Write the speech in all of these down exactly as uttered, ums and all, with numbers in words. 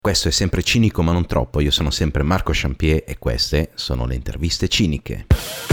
Questo è sempre cinico ma non troppo, io sono sempre Marco Champier e queste sono le interviste ciniche.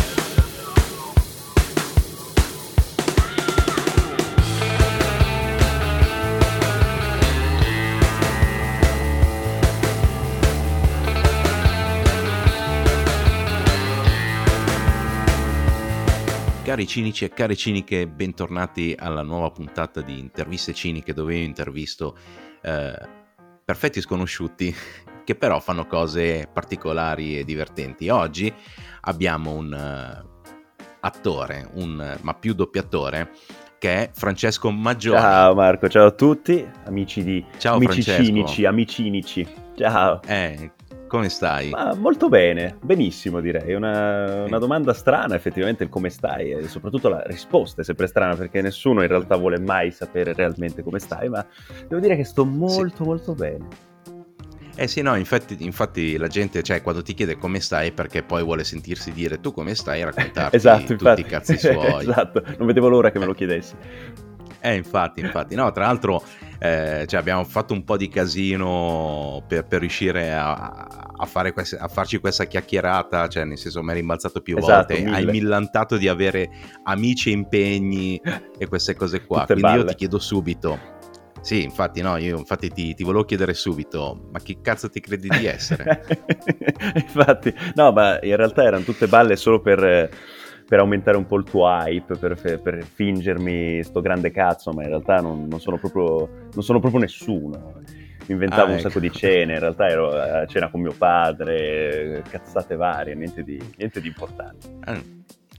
Cari cinici e cari ciniche, bentornati alla nuova puntata di interviste ciniche dove io intervisto eh, perfetti sconosciuti che però fanno cose particolari e divertenti. Oggi abbiamo un uh, attore, un ma più doppiatore, che è Francesco Maggioni. Ciao Marco, ciao a tutti, amici di Ciao amici Francesco. cinici, amicinici. Ciao. Eh, come stai? Ma molto bene, benissimo direi. Una, una domanda strana effettivamente il come stai e soprattutto la risposta è sempre strana perché nessuno in realtà vuole mai sapere realmente come stai, ma devo dire che sto molto sì. molto bene. Eh sì, no, infatti, infatti la gente, cioè, quando ti chiede come stai, perché poi vuole sentirsi dire tu come stai e raccontarti esatto, tutti infatti. i cazzi suoi. Esatto, non vedevo l'ora che me lo chiedessi. Eh, infatti, infatti. No, tra l'altro, eh, cioè, abbiamo fatto un po' di casino per, per riuscire a, a, fare queste, a farci questa chiacchierata, cioè, nel senso, mi hai rimbalzato più esatto, volte, mille. Hai millantato di avere amici e impegni e queste cose qua, Tutte quindi balle. io ti chiedo subito. Sì, infatti, no, io infatti ti, ti volevo chiedere subito, ma chi cazzo ti credi di essere? Infatti, no, ma in realtà erano tutte balle solo per, per aumentare un po' il tuo hype, per, per fingermi sto grande cazzo, ma in realtà non, non sono proprio non sono proprio nessuno. Mi inventavo Ah, un ecco. sacco di cene, in realtà ero a cena con mio padre, cazzate varie, niente di, niente di importante. Ah.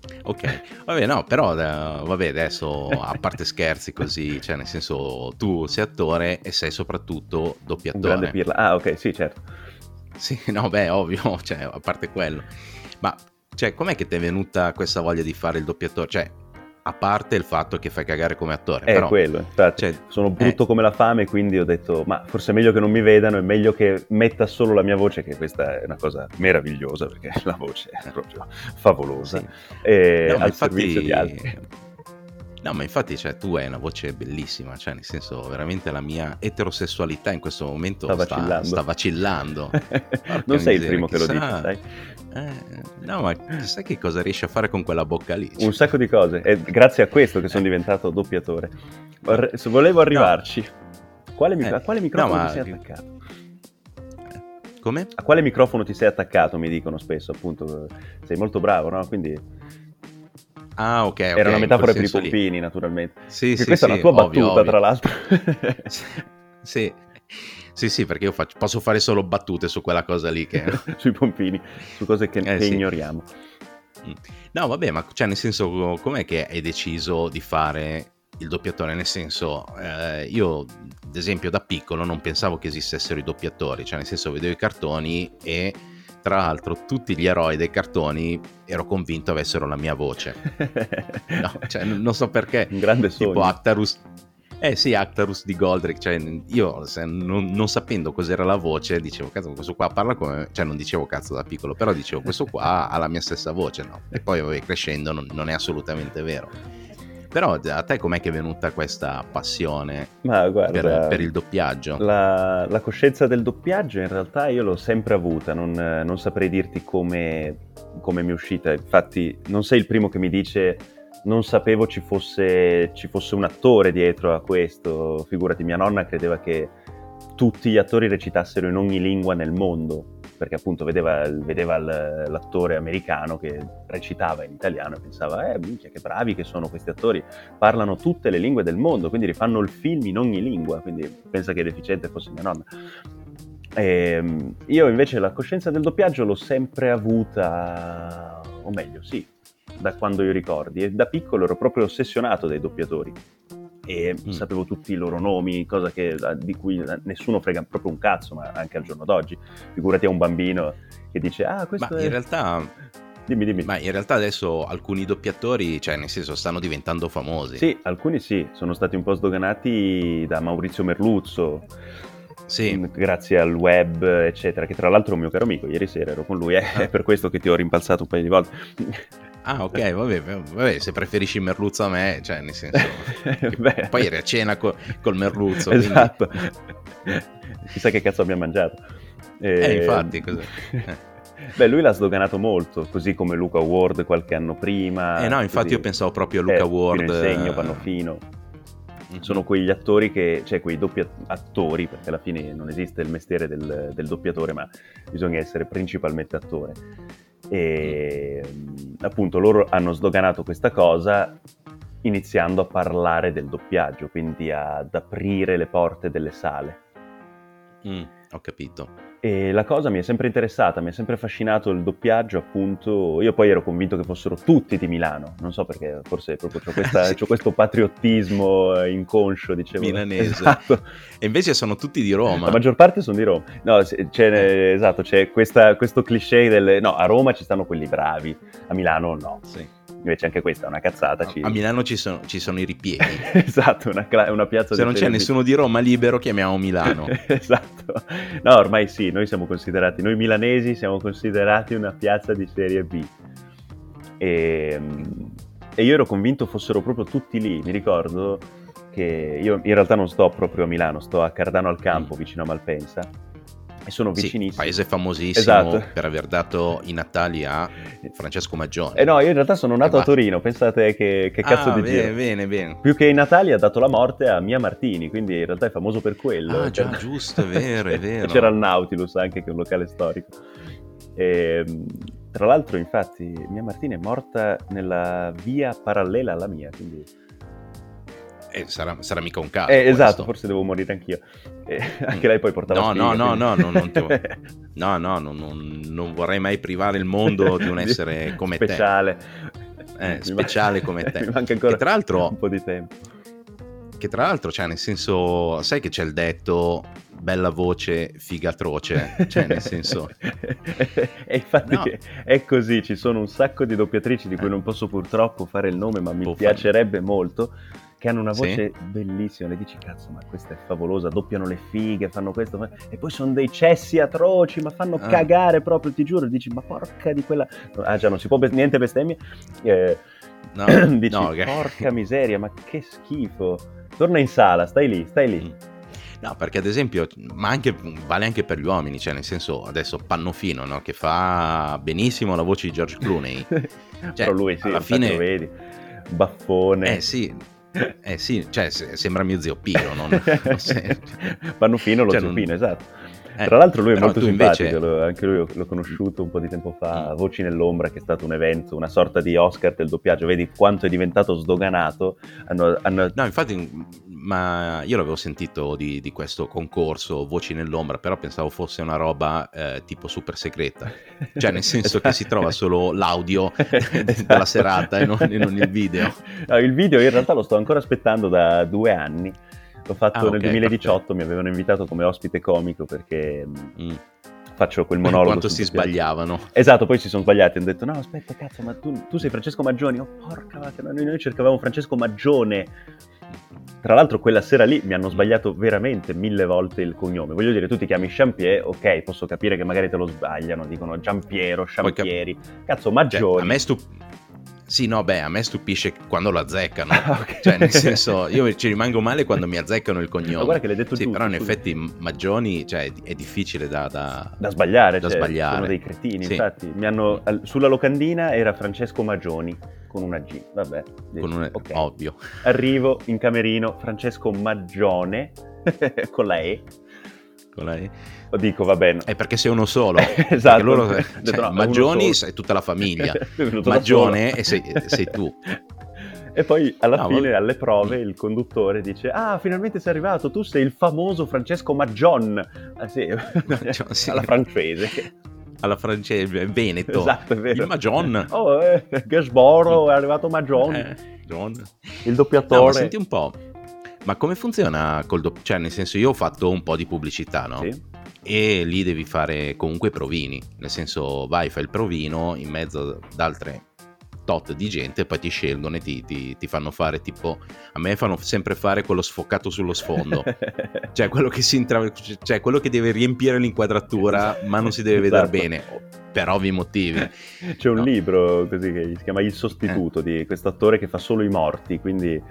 Ok, vabbè, no, però uh, vabbè, adesso a parte scherzi così, cioè nel senso tu sei attore e sei soprattutto doppiatore. Un grande pirla. Ah, ok, sì, certo. Sì, no, beh, ovvio, cioè a parte quello. Ma cioè com'è che ti è venuta questa voglia di fare il doppiatore? Cioè, a parte il fatto che fai cagare come attore, È però quello, infatti, cioè, sono brutto eh. come la fame, quindi ho detto, ma forse è meglio che non mi vedano, è meglio che metta solo la mia voce, che questa è una cosa meravigliosa, perché la voce è proprio favolosa, Sì. e No, ma al infatti... servizio di altri. No, ma infatti, cioè, tu hai una voce bellissima, cioè, nel senso, veramente la mia eterosessualità in questo momento Sta sta, vacillando. sta vacillando. Non sei il miseria, primo che chissà... lo dice, sai? Eh, no, ma chissà che cosa riesci a fare con quella bocca lì. Un sacco di cose, è grazie a questo che sono diventato doppiatore. Vorre- volevo arrivarci. No. Quale mic- eh, a quale microfono no, ma... ti sei attaccato? Come? A quale microfono ti sei attaccato, mi dicono spesso, appunto. Sei molto bravo, no? Quindi... Ah, ok, ok. Era una metafora per i lì. pompini, naturalmente. Sì, sì, questa sì, è una tua ovvio, battuta, ovvio. tra l'altro. Sì, sì, sì, perché io faccio, posso fare solo battute su quella cosa lì che... Sui pompini, su cose che, Eh, che sì. ignoriamo. No, vabbè, ma cioè, nel senso, com'è che hai deciso di fare il doppiatore? Nel senso, eh, io, ad esempio, da piccolo non pensavo che esistessero i doppiatori, cioè, nel senso, vedevo i cartoni e... Tra l'altro tutti gli eroi dei cartoni ero convinto avessero la mia voce. No, cioè non so perché. Un grande sogno. Tipo Actarus. Eh sì, Actarus di Goldrick, cioè io se, non, non sapendo cos'era la voce dicevo cazzo questo qua parla come, cioè non dicevo cazzo da piccolo, però dicevo questo qua ha la mia stessa voce, no? E poi vabbè, crescendo non, non è assolutamente vero. Però a te com'è che è venuta questa passione Ma guarda, per, per il doppiaggio? La, la coscienza del doppiaggio in realtà io l'ho sempre avuta, non, non saprei dirti come, come mi è uscita. Infatti non sei il primo che mi dice non sapevo ci fosse, ci fosse un attore dietro a questo. Figurati, mia nonna credeva che tutti gli attori recitassero in ogni lingua nel mondo, perché appunto vedeva, vedeva l'attore americano che recitava in italiano e pensava, eh minchia che bravi che sono questi attori, parlano tutte le lingue del mondo, quindi rifanno il film in ogni lingua, quindi pensa che deficiente fosse mia nonna. E io invece la coscienza del doppiaggio l'ho sempre avuta, o meglio sì, da quando io ricordi, e da piccolo ero proprio ossessionato dai doppiatori. E mm. sapevo tutti i loro nomi, cosa che, di cui nessuno frega proprio un cazzo, ma anche al giorno d'oggi. Figurati a un bambino che dice, ah, questo ma è... in realtà... Dimmi, dimmi. Ma in realtà adesso alcuni doppiatori, cioè nel senso, stanno diventando famosi. Sì, alcuni sì, sono stati un po' sdoganati da Maurizio Merluzzo, sì. grazie al web, eccetera, che tra l'altro è un mio caro amico, ieri sera ero con lui, eh, ah. è per questo che ti ho rimpalzato un paio di volte. Ah, ok, vabbè, vabbè, se preferisci il merluzzo a me, cioè nel senso che poi eri a cena co- col merluzzo, esatto. quindi... Chissà che cazzo abbiamo mangiato. Eh, eh infatti, cos'è? Eh. Beh, lui l'ha sdoganato molto, così come Luca Ward qualche anno prima. Eh no, infatti così. io pensavo proprio a Luca eh, Ward. Fino in segno, Pannofino. Mm-hmm. Sono quegli attori che, cioè quei doppi attori, perché alla fine non esiste il mestiere del, del doppiatore, ma bisogna essere principalmente attore. E mm. appunto loro hanno sdoganato questa cosa iniziando a parlare del doppiaggio, quindi ad aprire le porte delle sale. Mm, ho capito. E la cosa mi è sempre interessata, mi è sempre affascinato il doppiaggio, appunto. Io poi ero convinto che fossero tutti di Milano, non so perché, forse proprio c'ho, questa, sì. c'ho questo patriottismo inconscio, dicevo. Milanese. Esatto. E invece sono tutti di Roma. La maggior parte sono di Roma. No, c'è, eh. esatto, c'è questa, questo cliché del... No, a Roma ci stanno quelli bravi, a Milano no. Sì. Invece anche questa è una cazzata. No, ci... A Milano ci sono, ci sono i ripieni. Esatto, una, una piazza. Se non c'è nessuno di Roma libero, chiamiamo Milano. Esatto. No, ormai sì, noi siamo considerati, noi milanesi siamo considerati una piazza di serie B. E, e io ero convinto fossero proprio tutti lì. Mi ricordo che io in realtà non sto proprio a Milano, sto a Cardano al Campo, mm. vicino a Malpensa. E sono vicinissimo. Sì, paese famosissimo, esatto, per aver dato i natali a Francesco Maggioni. Eh no, io in realtà sono nato a Torino, pensate che, che cazzo ah, di bene, giro. bene, bene. Più che i natali ha dato la morte a Mia Martini, quindi in realtà è famoso per quello. Ah già, giusto, è vero, è vero. C'era il Nautilus anche, che è un locale storico. E, tra l'altro, infatti, Mia Martini è morta nella via parallela alla mia, quindi... Eh, sarà, sarà mica un caso. Eh, esatto, forse devo morire anch'io. Eh, anche lei poi portava no, sfiga, no, quindi... no, no, non ti... no, no, no, non, non vorrei mai privare il mondo di un essere come speciale. te. Eh, speciale come te. Mi manca ancora che tra l'altro, un po' di tempo. Che tra l'altro, cioè, nel senso, sai che c'è il detto bella voce, figa atroce, cioè nel senso... E infatti no. È così, ci sono un sacco di doppiatrici di cui eh. non posso purtroppo fare il nome, ma mi Può piacerebbe fare. molto, che hanno una voce sì? bellissima, le dici cazzo ma questa è favolosa, doppiano le fighe, fanno questo, e poi sono dei cessi atroci, ma fanno ah. cagare proprio, ti giuro, dici ma porca di quella... Ah già, non si può be- niente bestemmie, eh, no, dici no, okay. porca miseria, ma che schifo, torna in sala, stai lì, stai lì. Mm. No, perché ad esempio, ma anche vale anche per gli uomini, cioè nel senso, adesso Pannofino, no, che fa benissimo la voce di George Clooney. Cioè, però lui sì, alla fine lo vedi, baffone. Eh sì, eh sì, cioè sembra mio zio Pino, non, non se... Pannofino lo cioè, zio non... Pino, esatto. Eh, Tra l'altro lui è molto simpatico, invece... anche lui l'ho conosciuto un po' di tempo fa, Voci nell'ombra, che è stato un evento, una sorta di Oscar del doppiaggio, vedi quanto è diventato sdoganato. Hanno, hanno... No, infatti, ma io l'avevo sentito di, di questo concorso Voci nell'ombra, però pensavo fosse una roba eh, tipo super segreta, cioè nel senso esatto. che si trova solo l'audio esatto. della serata e non, e non il video. No, il video in realtà lo sto ancora aspettando da due anni. L'ho fatto ah, nel okay, duemiladiciotto, perfetto. Mi avevano invitato come ospite comico perché mm. faccio quel monologo. Quanto si sbagliavano. Esatto, poi si sono sbagliati, hanno detto no aspetta cazzo ma tu, tu sei Francesco Maggioni, oh porca vacca, noi, noi cercavamo Francesco Maggione. Tra l'altro quella sera lì mi hanno sbagliato veramente mille volte il cognome, voglio dire tu ti chiami Champier, ok posso capire che magari te lo sbagliano, dicono Giampiero, Champieri, cap- cazzo Maggioni. Cioè, a me stup- Sì, no, beh, a me stupisce quando lo azzeccano, ah, okay. Cioè nel senso, io ci rimango male quando mi azzeccano il cognome. Ma guarda che l'hai detto sì, tu. Però in scusa. effetti Maggioni, cioè, è difficile da... Da, da sbagliare, da cioè, sbagliare. Sono dei cretini, sì. Infatti. Mi hanno, sulla locandina era Francesco Maggioni, con una G, vabbè. Con una, okay. Ovvio. Arrivo in camerino, Francesco Maggione, con la E. Con la E. Lo dico, va bene. È perché sei uno solo. Esatto. Loro, cioè, detto, no, Maggioni è tutta la famiglia. Maggione e sei, sei tu. E poi alla no, fine, ma... alle prove, il conduttore dice ah, finalmente sei arrivato, tu sei il famoso Francesco Maggion. Ah, sì. Maggion, sì. Alla francese. Alla francese, Veneto. Esatto, è vero. Il Magion. Oh, eh, Gasboro, è arrivato Magion. Eh, John. Il doppiatore. No, ma senti un po', ma come funziona col doppiaggio? Cioè, nel senso, io ho fatto un po' di pubblicità, no? Sì. E lì devi fare comunque provini, nel senso vai, fai il provino in mezzo ad altre tot di gente, poi ti scelgono e ti, ti, ti fanno fare tipo, a me fanno sempre fare quello sfocato sullo sfondo, cioè quello che si intra... cioè quello che deve riempire l'inquadratura ma non si deve vedere Esatto. bene per ovvi motivi. C'è un No. libro così che si chiama Il sostituto, di questo attore che fa solo i morti, quindi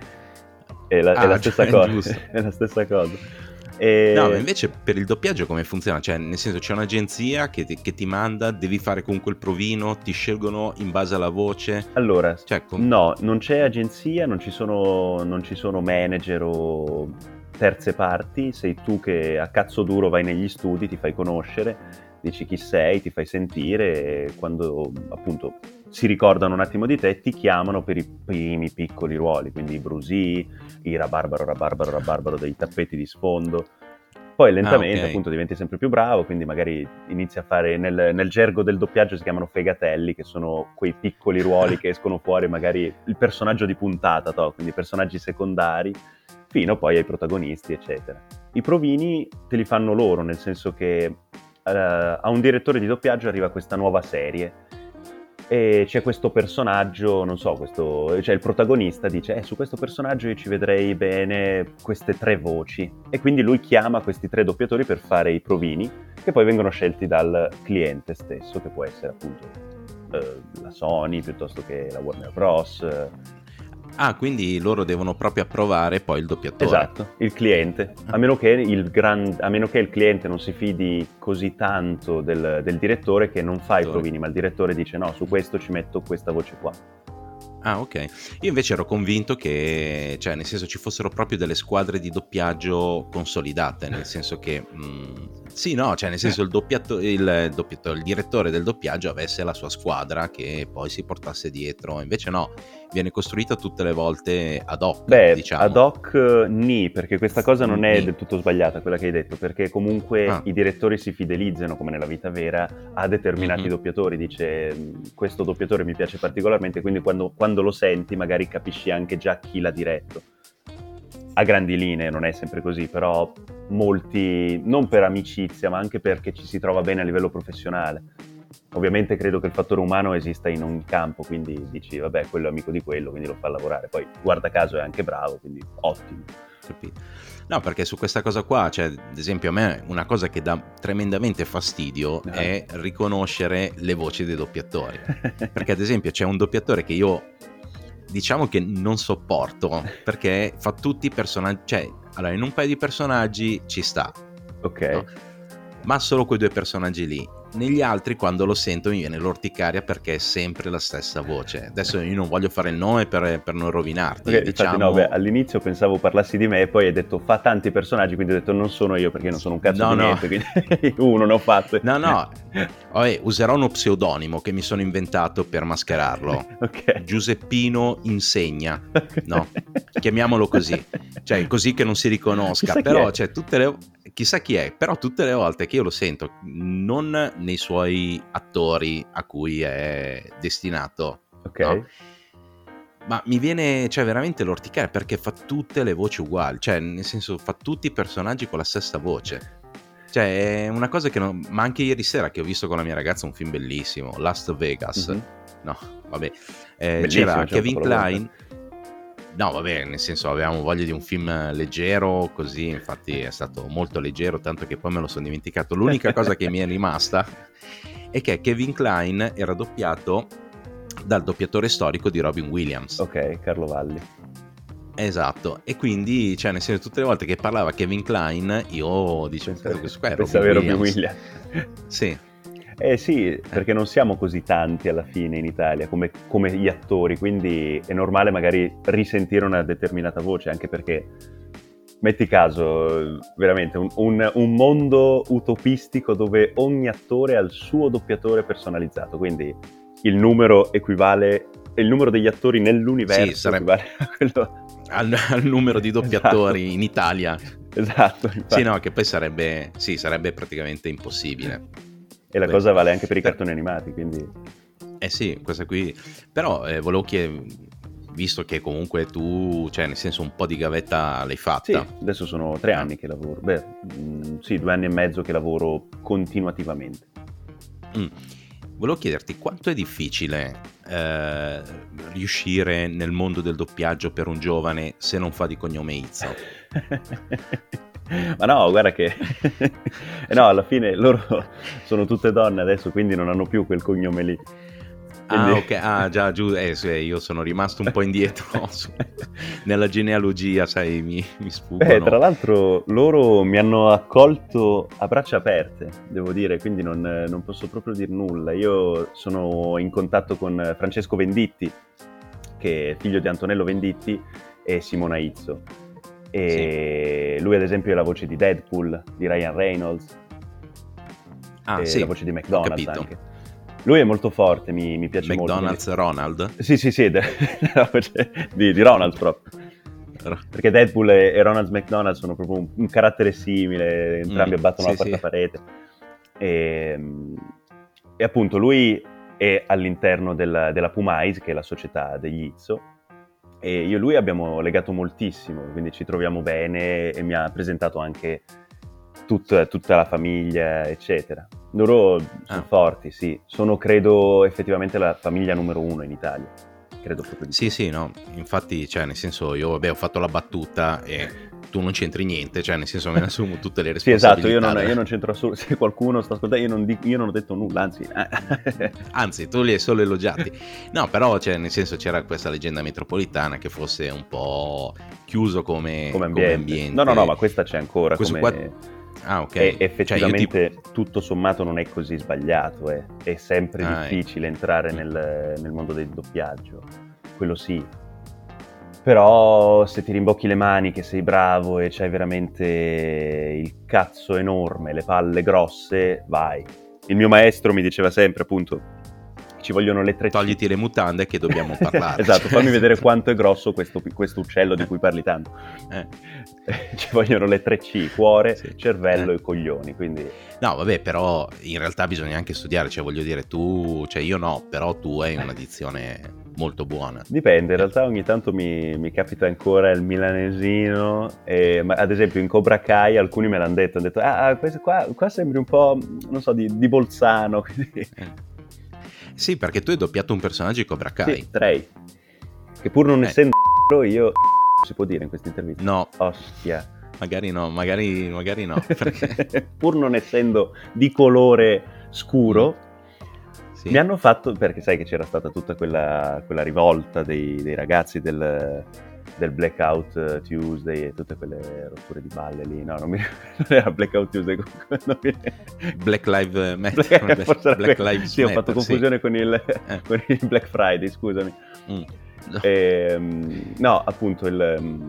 è la, è Ah, la stessa cioè, cosa. giusto. È la stessa cosa. E... No, ma invece per il doppiaggio come funziona? Cioè, nel senso, c'è un'agenzia che ti, che ti manda, devi fare comunque il provino, ti scelgono in base alla voce. Allora, Cioè, com- no, non c'è agenzia, non ci sono, non ci sono manager o terze parti, sei tu che a cazzo duro vai negli studi, ti fai conoscere, dici chi sei, ti fai sentire e quando appunto si ricordano un attimo di te ti chiamano per i primi piccoli ruoli, quindi i brusì, i rabarbaro, rabarbaro, rabarbaro dei tappeti di sfondo. Poi lentamente Ah, ok. appunto diventi sempre più bravo, quindi magari inizi a fare, nel, nel gergo del doppiaggio si chiamano fegatelli, che sono quei piccoli ruoli che escono fuori, magari il personaggio di puntata, to, quindi personaggi secondari, fino poi ai protagonisti, eccetera. I provini te li fanno loro, nel senso che uh, a un direttore di doppiaggio arriva questa nuova serie e c'è questo personaggio, non so, questo, cioè il protagonista dice eh, su questo personaggio io ci vedrei bene queste tre voci, e quindi lui chiama questi tre doppiatori per fare i provini che poi vengono scelti dal cliente stesso, che può essere appunto eh, la Sony piuttosto che la Warner Bros. Ah, quindi loro devono proprio approvare poi il doppiatore. Esatto, il cliente, a meno che il, gran, a meno che il cliente non si fidi così tanto del, del direttore che non fa i provini, ma il direttore dice no, su questo ci metto questa voce qua. Ah, ok. Io invece ero convinto che, cioè, nel senso, ci fossero proprio delle squadre di doppiaggio consolidate, nel senso che, mh, sì, no, cioè, nel senso, il doppiato, il doppiato, il direttore del doppiaggio avesse la sua squadra che poi si portasse dietro. Invece no, viene costruita tutte le volte ad hoc, Beh, diciamo. ad hoc ni, perché questa cosa non è Ni. del tutto sbagliata, quella che hai detto, perché comunque Ah. i direttori si fidelizzano, come nella vita vera, a determinati Mhm. doppiatori. Dice, questo doppiatore mi piace particolarmente, quindi quando, quando lo senti magari capisci anche già chi l'ha diretto. A grandi linee non è sempre così, però molti, non per amicizia, ma anche perché ci si trova bene a livello professionale. Ovviamente credo che il fattore umano esista in ogni campo, quindi dici vabbè, quello è amico di quello, quindi lo fa lavorare. Poi guarda caso è anche bravo, quindi ottimo. Capito. No, perché su questa cosa qua, cioè, ad esempio, a me una cosa che dà tremendamente fastidio Ah. è riconoscere le voci dei doppiatori. Perché ad esempio c'è un doppiatore che io diciamo che non sopporto, perché fa tutti i personaggi, cioè, allora in un paio di personaggi ci sta, Ok. no? Ma solo quei due personaggi lì. Negli altri, quando lo sento, mi viene l'orticaria perché è sempre la stessa voce. Adesso io non voglio fare il nome per, per non rovinarti. Okay, diciamo... infatti no, beh, all'inizio pensavo parlassi di me e poi hai detto fa tanti personaggi, quindi ho detto non sono io perché io non sono un cazzo no, di no. niente, quindi uno ne ho fatto. No, no, Vabbè, userò uno pseudonimo che mi sono inventato per mascherarlo. Ok. Giuseppino Insegna, no? Chiamiamolo così, cioè così che non si riconosca. Chissà chi Però, è. cioè, tutte le... chissà chi è, però tutte le volte che io lo sento, non nei suoi attori a cui è destinato, Ok. no? Ma mi viene, cioè, veramente l'orticaria perché fa tutte le voci uguali, cioè, nel senso, fa tutti i personaggi con la stessa voce. Cioè, è una cosa che non... Ma anche ieri sera che ho visto con la mia ragazza un film bellissimo, Las Vegas. Mm-hmm. No, vabbè. Eh, Bellissimo, c'era c'è un Kevin capolavoro. Kline. No, vabbè, nel senso avevamo voglia di un film leggero, così, infatti è stato molto leggero, tanto che poi me lo sono dimenticato. L'unica cosa che mi è rimasta è che Kevin Kline era doppiato dal doppiatore storico di Robin Williams. Ok, Carlo Valli. Esatto, e quindi, cioè, nel senso, tutte le volte che parlava Kevin Kline, io dicevo, Pensa- questo qua è pensavo Robin a Williams. Robin Williams. Sì. Eh sì, perché non siamo così tanti alla fine in Italia come, come gli attori, quindi è normale magari risentire una determinata voce, anche perché, metti caso, veramente un, un, un mondo utopistico dove ogni attore ha il suo doppiatore personalizzato, quindi il numero equivale, il numero degli attori nell'universo Sì, sarebbe... equivale a quello... al, al numero di doppiatori Esatto. in Italia. Esatto. Infatti. Sì, no, che poi sarebbe, sì, sarebbe praticamente impossibile. E la Beh, cosa vale anche per i per... cartoni animati, quindi... Eh sì, questa qui... Però eh, volevo chiedere, visto che comunque tu, cioè nel senso un po' di gavetta l'hai fatta. Sì, adesso sono tre anni che lavoro. Beh, mh, sì, due anni e mezzo che lavoro continuativamente. Mm. volevo chiederti quanto è difficile eh, riuscire nel mondo del doppiaggio per un giovane se non fa di cognome Izzo. Ma no, guarda che no, alla fine loro sono tutte donne adesso, quindi non hanno più quel cognome lì. Quindi... Ah, ok, ah, già, giù, eh, sì, io sono rimasto un po' indietro su, nella genealogia, sai, mi, mi sfuggono. Beh, tra l'altro loro mi hanno accolto a braccia aperte, devo dire, quindi non, non posso proprio dire nulla. Io sono in contatto con Francesco Venditti, che è figlio di Antonello Venditti e Simona Izzo. E sì. Lui ad esempio è la voce di Deadpool, di Ryan Reynolds, ah, e sì, la voce di McDonald's ho capito. Anche. Lui è molto forte, mi, mi piace McDonald's molto. McDonald's Ronald? Sì, sì, sì, la voce di, di Ronald proprio. Perché Deadpool e, e Ronald McDonald sono proprio un, un carattere simile, entrambi mm, abbattono sì, la quarta sì. parete. E, e appunto lui è all'interno della, della Pumais, che è la società degli Izzo, e io e lui abbiamo legato moltissimo, quindi ci troviamo bene e mi ha presentato anche tutta, tutta la famiglia, eccetera. Loro sono ah. forti, sì, sono credo effettivamente la famiglia numero uno in Italia. Credo proprio di sì, più. Sì, no, infatti, cioè, nel senso, io vabbè, ho fatto la battuta e tu non c'entri niente, cioè, nel senso, me ne assumo tutte le responsabilità. Sì, esatto, io non, io non c'entro assolutamente, se qualcuno sta ascoltando, io non, dico, io non ho detto nulla, anzi. Anzi, tu li hai solo elogiati. No, però, cioè, nel senso, c'era questa leggenda metropolitana che fosse un po' chiuso come, come, ambiente. come ambiente. No, no, no, ma questa c'è ancora. Questo come... Qua... Ah, ok. E effettivamente cioè, ti... tutto sommato non è così sbagliato, eh. È sempre ah, difficile eh. entrare nel, nel mondo del doppiaggio, quello sì. Però se ti rimbocchi le mani che sei bravo e c'hai veramente il cazzo enorme, le palle grosse, vai. Il mio maestro mi diceva sempre, appunto, ci vogliono le tre C. Togliti le mutande che dobbiamo parlare. Esatto, fammi vedere quanto è grosso questo, questo uccello di cui parli tanto. Eh. Ci vogliono le tre C, cuore, sì. cervello eh. e coglioni, quindi... No, vabbè, però in realtà bisogna anche studiare, cioè voglio dire, tu, cioè io no, però tu hai una dizione molto buona. Dipende, in realtà ogni tanto mi, mi capita ancora il milanesino, e, ma ad esempio in Cobra Kai alcuni me l'hanno detto, hanno detto, ah, questo qua, qua sembri un po', non so, di, di Bolzano, quindi... Eh. Sì, perché tu hai doppiato un personaggio di Cobra Kai. Sì, Trey. Che pur non eh. essendo io... si può dire in questa intervista? No. Ostia. Magari no, magari, magari no. Perché... pur non essendo di colore scuro, sì. mi hanno fatto... Perché sai che c'era stata tutta quella, quella rivolta dei, dei ragazzi del, del Blackout Tuesday e tutte quelle rotture di balle lì. No, non mi non era Blackout Tuesday. Non mi... Black Lives Matter. Black, Black Lives sì, Matter, ho fatto confusione sì. con, il, eh. con il Black Friday, scusami. Mm. No. E, no, appunto il,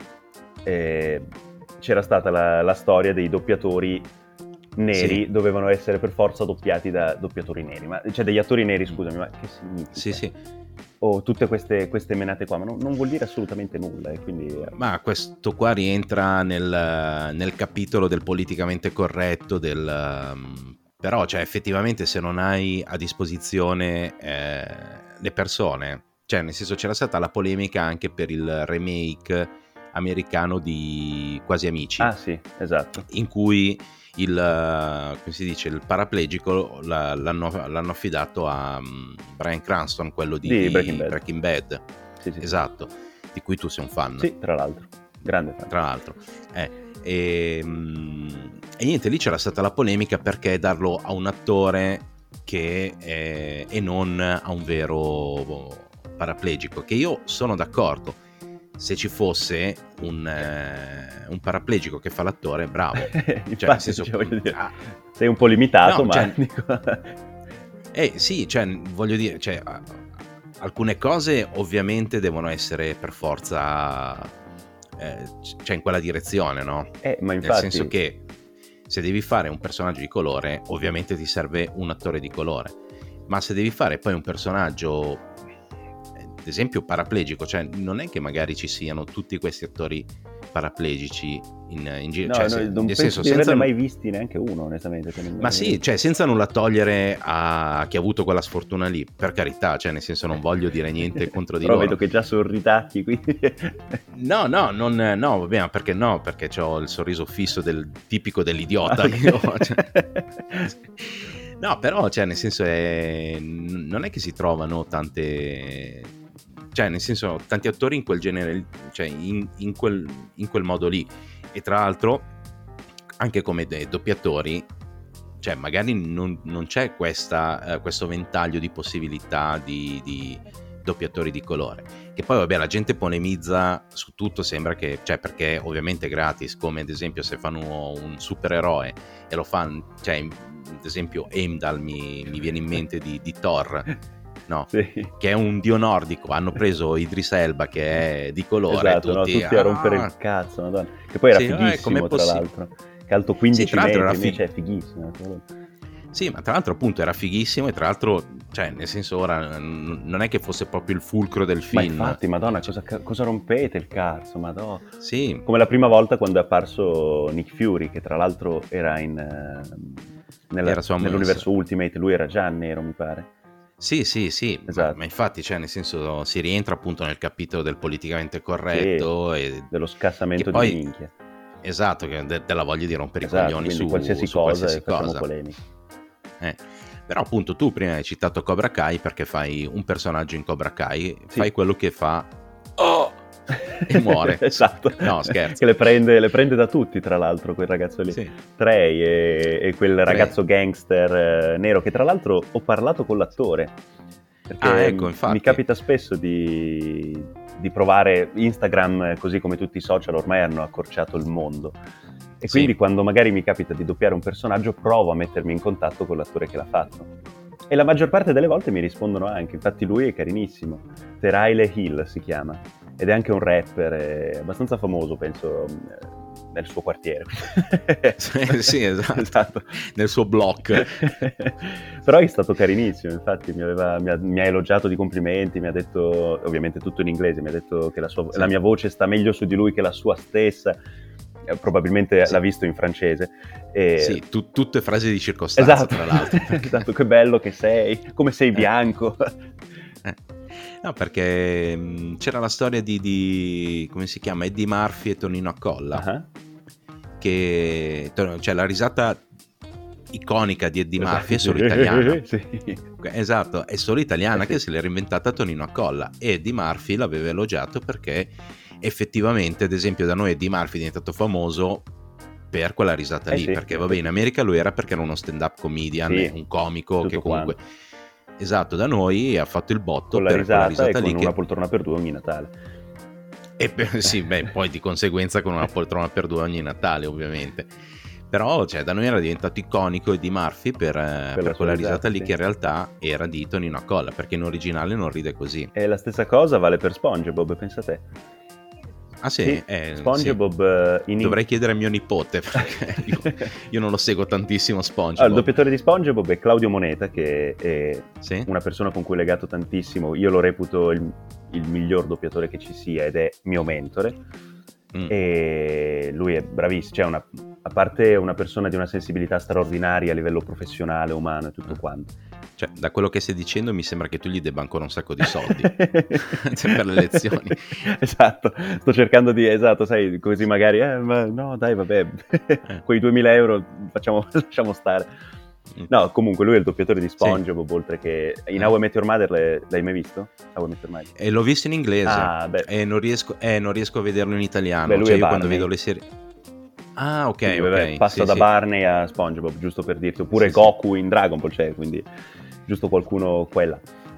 eh, c'era stata la, la storia dei doppiatori neri, sì. dovevano essere per forza doppiati da doppiatori neri, ma cioè degli attori neri, scusami, ma che significa? Sì, sì. O tutte queste, queste menate qua, ma non, non vuol dire assolutamente nulla. E quindi... Ma questo qua rientra nel, nel capitolo del politicamente corretto, del, um, però cioè effettivamente se non hai a disposizione eh, le persone, cioè nel senso c'era stata la polemica anche per il remake americano di Quasi Amici. Ah sì, esatto. In cui il, come si dice, il paraplegico l'hanno, l'hanno affidato a Bryan Cranston, quello di, di Breaking Bad, Breaking Bad. Sì, sì, esatto, di cui tu sei un fan. Sì, tra l'altro, grande fan. Tra l'altro, eh, e, e niente, lì c'era stata la polemica perché darlo a un attore che è, e non a un vero paraplegico, che io sono d'accordo. Se ci fosse un, eh, un paraplegico che fa l'attore, bravo. Infatti, cioè, nel senso, cioè, voglio dire, ah, sei un po' limitato, no, ma... Cioè, dico... eh sì, cioè, voglio dire, cioè, alcune cose ovviamente devono essere per forza, eh, cioè in quella direzione, no? Eh, ma infatti... Nel senso che se devi fare un personaggio di colore, ovviamente ti serve un attore di colore. Ma se devi fare poi un personaggio... ad esempio paraplegico, cioè non è che magari ci siano tutti questi attori paraplegici in, in giro, no, cioè, no, se, non nel penso senso, di senza averne mai visti neanche uno, onestamente. Ma sì, cioè senza nulla togliere a chi ha avuto quella sfortuna lì, per carità, cioè nel senso non voglio dire niente contro di Però loro. Però vedo che già sorridacchi, quindi... No, no, non, no, va bene, perché no, perché ho il sorriso fisso del tipico dell'idiota io, cioè... No, però, cioè, nel senso, è... non è che si trovano tante... Cioè, nel senso, tanti attori in quel genere, cioè, in, in, quel, in quel modo lì. E tra l'altro, anche come dei doppiatori, cioè, magari non, non c'è questa, uh, questo ventaglio di possibilità di, di doppiatori di colore. Che poi, vabbè, la gente polemizza su tutto, sembra che, cioè, perché ovviamente è gratis, come ad esempio se fanno un supereroe e lo fanno, cioè, ad esempio Heimdall mi, mi viene in mente di, di Thor, no? Sì. Che è un dio nordico, hanno preso Idris Elba che è di colore, esatto, tutti, no, tutti ah, a rompere il cazzo, madonna. Che poi era sì, fighissimo, tra possi- l'altro, che alto quindici sì, metri, era fig- invece è fighissimo. Sì, ma tra l'altro appunto era fighissimo e tra l'altro, cioè, nel senso, ora n- non è che fosse proprio il fulcro del film. Ma infatti, madonna, cosa, cosa rompete il cazzo, madonna. Sì. Come la prima volta quando è apparso Nick Fury, che tra l'altro era in uh, nella, era nell'universo Ultimate, lui era già nero, mi pare. Sì, sì, sì, esatto. ma, ma infatti, cioè, nel senso, si rientra appunto nel capitolo del politicamente corretto, sì, e dello scassamento poi, di minchia. Esatto, che de- della voglia di rompere esatto, i coglioni su qualsiasi su cosa qualsiasi e facciamo cosa. polemiche. Eh. Però appunto tu prima hai citato Cobra Kai perché fai un personaggio in Cobra Kai, sì, fai quello che fa oh! e muore. Esatto. No, scherzo. Che le prende, le prende da tutti, tra l'altro, quel ragazzo lì. Sì. Trey e, e quel ragazzo Trey. gangster eh, nero, che tra l'altro ho parlato con l'attore. Perché ah, ecco, infatti. Mi capita spesso di, di provare Instagram, così come tutti i social ormai hanno accorciato il mondo. E quindi sì, quando magari mi capita di doppiare un personaggio, provo a mettermi in contatto con l'attore che l'ha fatto. E la maggior parte delle volte mi rispondono anche, infatti lui è carinissimo. Teraile Hill si chiama, ed è anche un rapper, è abbastanza famoso, penso, nel suo quartiere. sì, sì, esatto. esatto, nel suo block. Però è stato carinissimo, infatti mi, aveva, mi, ha, mi ha elogiato di complimenti, mi ha detto, ovviamente tutto in inglese, mi ha detto che la, sua, sì, la mia voce sta meglio su di lui che la sua stessa. Probabilmente sì, l'ha visto in francese. E... Sì, tu, tutte frasi di circostanza, esatto, tra l'altro. Perché... esatto, che bello che sei, come sei bianco. Eh. No, perché mh, c'era la storia di, di, come si chiama, Eddie Murphy e Tonino Accolla, uh-huh, che, cioè la risata iconica di Eddie esatto, Murphy è solo italiana. Sì. Esatto, è solo italiana, eh, che sì, se l'era inventata Tonino Accolla, e Eddie Murphy l'aveva elogiato perché effettivamente, ad esempio, da noi Eddie Murphy è diventato famoso per quella risata eh lì, sì, perché vabbè, in America lui era perché era uno stand-up comedian, sì, un comico che comunque quanto. Esatto, da noi ha fatto il botto con la per risata, quella risata e lì con che... una poltrona per due ogni Natale. E beh, sì, beh, poi di conseguenza con una poltrona per due ogni Natale, ovviamente. Però, cioè, da noi era diventato iconico Eddie Murphy per, per, per quella risata, risata lì, sì, che in realtà era di Tonino Accolla, perché in originale non ride così. E la stessa cosa vale per SpongeBob, pensa te. Ah sì? sì eh, SpongeBob sì. In... Dovrei chiedere a mio nipote, perché io, io non lo seguo tantissimo SpongeBob. Allora, il doppiatore di SpongeBob è Claudio Moneta, che è sì? una persona con cui ho legato tantissimo. Io lo reputo il, il miglior doppiatore che ci sia ed è mio mentore. Mm. E lui è bravissimo, cioè una, a parte una persona di una sensibilità straordinaria a livello professionale, umano e tutto quanto. Cioè, da quello che stai dicendo mi sembra che tu gli debba ancora un sacco di soldi cioè, per le lezioni. Esatto, sto cercando di, esatto, sai, così magari, eh, ma no dai vabbè, eh. quei duemila euro facciamo, lasciamo stare. No, comunque lui è il doppiatore di SpongeBob, sì, oltre che in eh. How I Met Your Mother, l'hai, l'hai mai visto? How I Met Your Mother? E l'ho visto in inglese, ah, beh. e non riesco, eh, non riesco a vederlo in italiano. Beh, lui cioè è io Barney. quando vedo le serie... Ah, ok, quindi, ok. Vabbè, passa sì, da sì. Barney a SpongeBob, giusto per dirti, oppure sì, Goku sì, in Dragon Ball, cioè, quindi giusto qualcuno quella.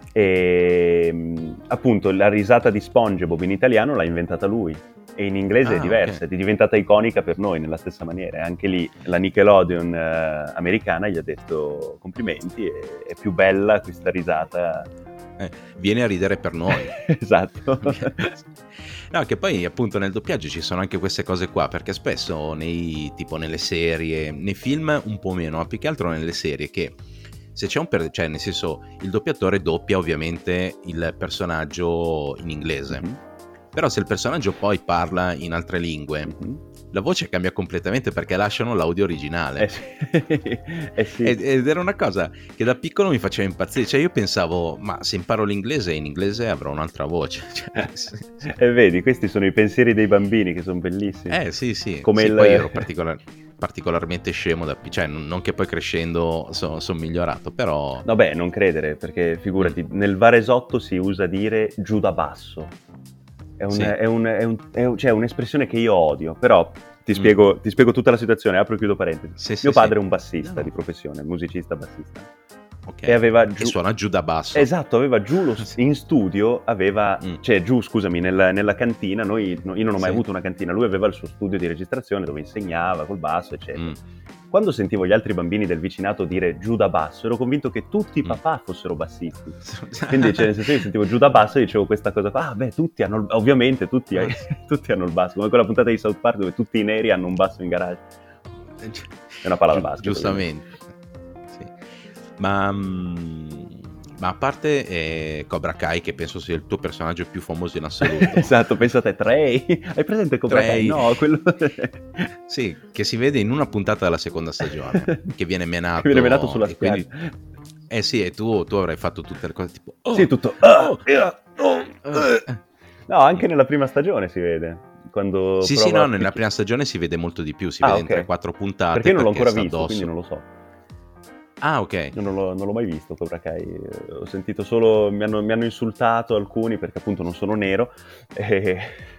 E appunto la risata di SpongeBob in italiano l'ha inventata lui, e in inglese ah, è diversa, okay, è diventata iconica per noi nella stessa maniera. E anche lì la Nickelodeon eh, americana gli ha detto complimenti, e, è più bella questa risata. Eh, viene a ridere per noi. Esatto. No, che poi appunto nel doppiaggio ci sono anche queste cose qua, perché spesso nei tipo nelle serie, nei film un po' meno, ma più che altro nelle serie, che se c'è un per... cioè nel senso il doppiatore doppia ovviamente il personaggio in inglese, mm-hmm, però se il personaggio poi parla in altre lingue, mm-hmm, la voce cambia completamente perché lasciano l'audio originale. Eh sì. eh sì. Ed, ed era una cosa che da piccolo mi faceva impazzire, cioè io pensavo, ma se imparo l'inglese, in inglese avrò un'altra voce. Cioè, sì, sì. E vedi, questi sono i pensieri dei bambini che sono bellissimi. Eh sì sì, come sì, il... poi ero particolare. particolarmente scemo, da, cioè non, non che poi crescendo sono son migliorato, però... Vabbè, non credere, perché figurati, mm. nel Varesotto si usa dire giù da basso. È, un, sì. è, un, è, un, è un, cioè, un'espressione che io odio, però ti spiego, mm. ti spiego tutta la situazione, apro e chiudo parentesi. Sì, Mio sì, padre sì. è un bassista no. di professione, musicista bassista. Okay. E aveva giù... Che suona giù da basso. Esatto, aveva giù lo... in studio, aveva, mm. cioè giù, scusami, nella, nella cantina, noi, io non ho mai sì. avuto una cantina, lui aveva il suo studio di registrazione dove insegnava col basso, eccetera. Mm. Quando sentivo gli altri bambini del vicinato dire giù da basso, ero convinto che tutti i papà fossero bassisti. Quindi, cioè, nel senso, io sentivo giù da basso e dicevo questa cosa qua, ah beh, tutti hanno, il... ovviamente, tutti, tutti hanno il basso, come quella puntata di South Park dove tutti i neri hanno un basso in garage. È una palla da basket. Giustamente. Ma, ma a parte eh, Cobra Kai, che penso sia il tuo personaggio più famoso in assoluto. Esatto, penso a te, Trey. Hai presente Cobra Trey? Kai? No, quello... Sì, che si vede in una puntata della seconda stagione, che viene menato. Che viene menato sulla spiaggia. Quindi... Eh sì, e tu, tu avrai fatto tutte le cose tipo... Oh, sì, tutto... Oh, oh, oh. No, anche nella prima stagione si vede. Quando sì, sì, no, nella prima stagione si vede molto di più, si ah, vede okay. in tre quattro puntate. Perché io non l'ho ancora visto, addosso. quindi non lo so. Ah, ok. Io non l'ho, non l'ho mai visto Cobra Kai, ho sentito solo, mi hanno, mi hanno insultato alcuni perché appunto non sono nero e...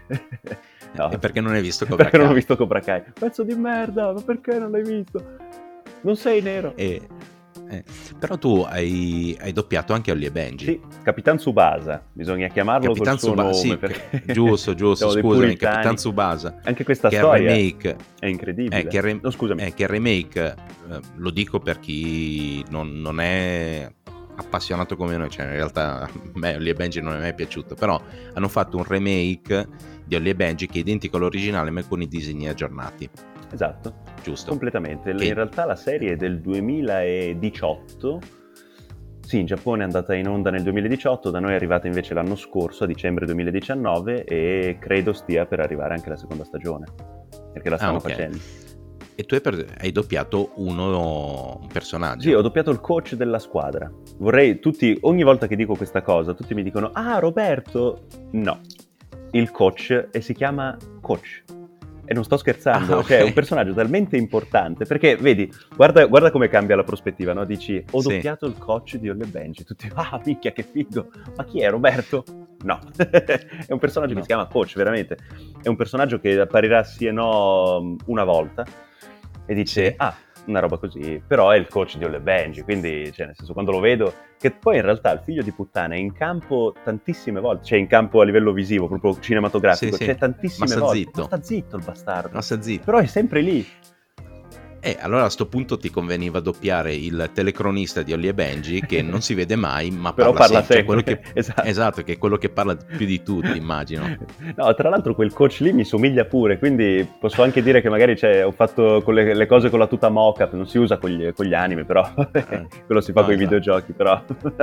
no, e perché non hai visto Cobra perché Kai? non ho visto Cobra Kai. Pezzo di merda, ma perché non l'hai visto? Non sei nero. E... Eh, però tu hai, hai doppiato anche Holly e Benji. Sì, Capitan Tsubasa, bisogna chiamarlo Capitan col suo Tsubasa, nome. sì, perché... giusto, giusto, scusami, Capitan Tsubasa. Anche questa che storia è remake, è incredibile. È che, re- no, scusami. È che il remake, eh, lo dico per chi non, non è appassionato come noi, cioè in realtà a me Holly e Benji non è mai piaciuto, però hanno fatto un remake di Holly e Benji che è identico all'originale ma con i disegni aggiornati. Esatto, giusto. Completamente. Che... In realtà la serie è del duemiladiciotto. Sì, in Giappone è andata in onda nel duemiladiciotto, da noi è arrivata invece l'anno scorso, a dicembre duemiladiciannove, e credo stia per arrivare anche la seconda stagione, perché la stanno ah, okay. facendo. E tu hai, per... hai doppiato uno, un personaggio? Sì, ho doppiato il coach della squadra. Vorrei, tutti, ogni volta che dico questa cosa, tutti mi dicono, ah, Roberto! No, il coach, e si chiama Coach. E non sto scherzando, ah, okay. Cioè è un personaggio talmente importante, perché vedi, guarda, guarda come cambia la prospettiva, no? Dici, ho sì. doppiato il coach di Holly e Benji, tutti, ah minchia che figo, ma chi è Roberto? No, è un personaggio no. che si chiama Coach, veramente, è un personaggio che apparirà sì e no una volta, e dice, sì. ah, una roba così, però è il coach di Holly e Benji, quindi, cioè, nel senso, quando lo vedo, che poi in realtà il figlio di puttana è in campo tantissime volte, cioè in campo a livello visivo, proprio cinematografico, sì, c'è sì. tantissime ma volte. Zitto. Ma sta zitto il bastardo. Ma sta zitto. Però è sempre lì. Eh, allora a sto punto ti conveniva doppiare il telecronista di Holly e Benji, che non si vede mai, ma però parla, parla sempre. Cioè quello che... esatto. esatto, che è quello che parla più di tutti, immagino. No, tra l'altro quel coach lì mi somiglia pure, quindi posso anche dire che magari cioè, ho fatto con le, le cose con la tuta mock-up, non si usa con gli, con gli anime, però eh. quello si fa no, con esatto. i videogiochi, però...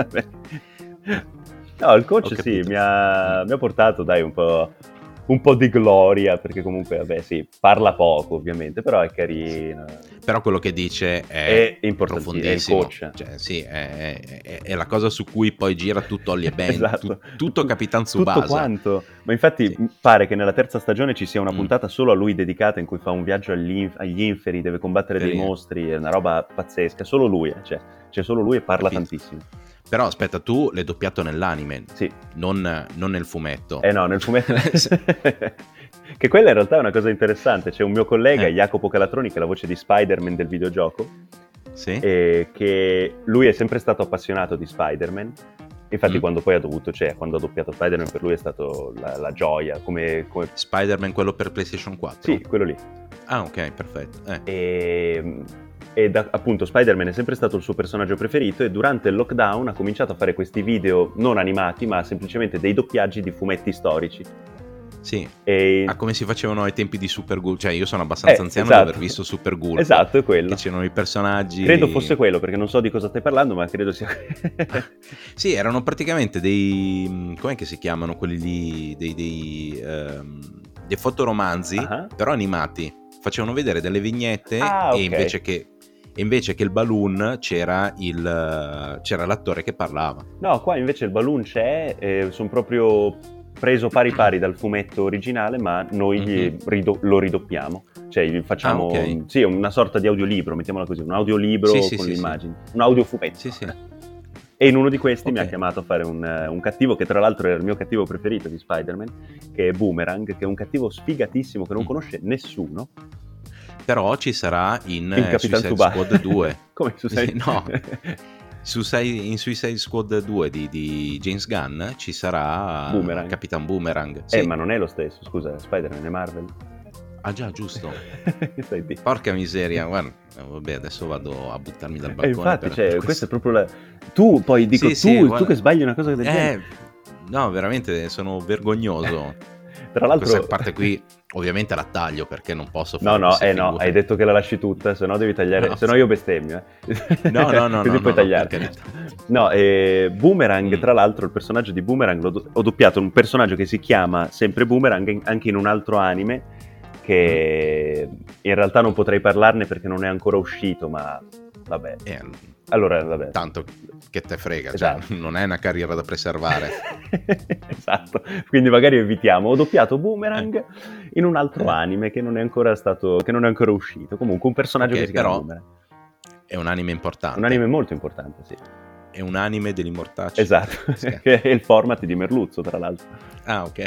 no, il coach sì, mi ha, mi ha portato, dai, un po'... un po' di gloria, perché comunque, vabbè, sì, parla poco ovviamente, però è carino. Però quello che dice è, è profondissimo. È il coach. Cioè, sì, è, è, è la cosa su cui poi gira tutto Holly e Benji, esatto. tu, tutto Capitan Tsubasa. Tutto quanto. Ma infatti sì. pare che nella terza stagione ci sia una puntata mm. solo a lui dedicata, in cui fa un viaggio agli, inf- agli inferi, deve combattere Carino. dei mostri, è una roba pazzesca, solo lui, eh. cioè, c'è solo lui e parla Capito. tantissimo. Però aspetta, tu l'hai doppiato nell'anime, sì. non, non nel fumetto. Eh no, nel fumetto... Che quella in realtà è una cosa interessante. C'è un mio collega, eh. Jacopo Calatroni, che è la voce di Spider-Man del videogioco, sì. e che lui è sempre stato appassionato di Spider-Man. Infatti mm. quando poi ha dovuto, cioè quando ha doppiato Spider-Man, per lui è stato la, la gioia. Come, come... Spider-Man quello per PlayStation quattro? Sì, quello lì. Ah, ok, perfetto. Eh. E... E da, appunto Spider-Man è sempre stato il suo personaggio preferito, e durante il lockdown ha cominciato a fare questi video non animati, ma semplicemente dei doppiaggi di fumetti storici. Sì, e... ah, come si facevano ai tempi di Super Ghoul, cioè io sono abbastanza eh, anziano esatto. di aver visto Super Ghoul. Esatto, è quello. Che c'erano i personaggi... Credo fosse quello, perché non so di cosa stai parlando, ma credo sia... Sì, erano praticamente dei... com'è che si chiamano quelli lì? Dei, dei, um, dei fotoromanzi, uh-huh. però animati. Facevano vedere delle vignette ah, okay. e invece che... E invece che il balloon c'era il c'era l'attore che parlava. No, qua invece il balloon c'è, eh, sono proprio preso pari pari dal fumetto originale, ma noi Mhm. rido- lo ridoppiamo. Cioè gli facciamo Ah, ok. sì, una sorta di audiolibro, mettiamola così, un audiolibro Sì, sì, con sì, le sì. immagini, un audiofumetto. Sì, sì. E in uno di questi mi ha Ok. chiamato a fare un, un cattivo che tra l'altro era il mio cattivo preferito di Spider-Man, che è Boomerang, che è un cattivo sfigatissimo che non Mm. conosce nessuno. Però ci sarà in Il eh, Capitan Suicide Tsubasa. Squad due. Come su sei? No, su sei- in Suicide Squad due di, di James Gunn ci sarà Boomerang. Capitan Boomerang. Eh, Sì. ma non è lo stesso, scusa, Spider-Man è Marvel. Ah già, giusto. Stai lì. Porca miseria, guarda, eh, vabbè, adesso vado a buttarmi dal E balcone. infatti, per- cioè, per questa questo. è proprio la... Tu poi dico, Sì, tu, sì, tu guarda. che sbagli una cosa del Eh, genere. no, veramente sono vergognoso. Tra l'altro... Questa parte qui ovviamente la taglio perché non posso No, fare no, queste eh no, figure. hai detto che la lasci tutta, se no devi tagliare, No, se no sì. io bestemmio. Eh. No, no, no, Così no, puoi no, tagliare. per carità. No, eh, Boomerang, Mm. tra l'altro il personaggio di Boomerang, l'ho do- ho doppiato un personaggio che si chiama sempre Boomerang in- anche in un altro anime, che in realtà non potrei parlarne perché non è ancora uscito, ma vabbè. Eh, Allora, vabbè. tanto che te frega, Esatto. cioè, non è una carriera da preservare. Esatto, quindi magari evitiamo. Ho doppiato Boomerang Eh. in un altro Eh. anime che non è ancora stato, che non è ancora uscito. Comunque un personaggio Ok, che si chiama però Boomerang. è un anime importante. Un anime molto importante, sì. È un anime degli mortacci. Esatto, Sì. che è il format di Merluzzo, tra l'altro. Ah, ok.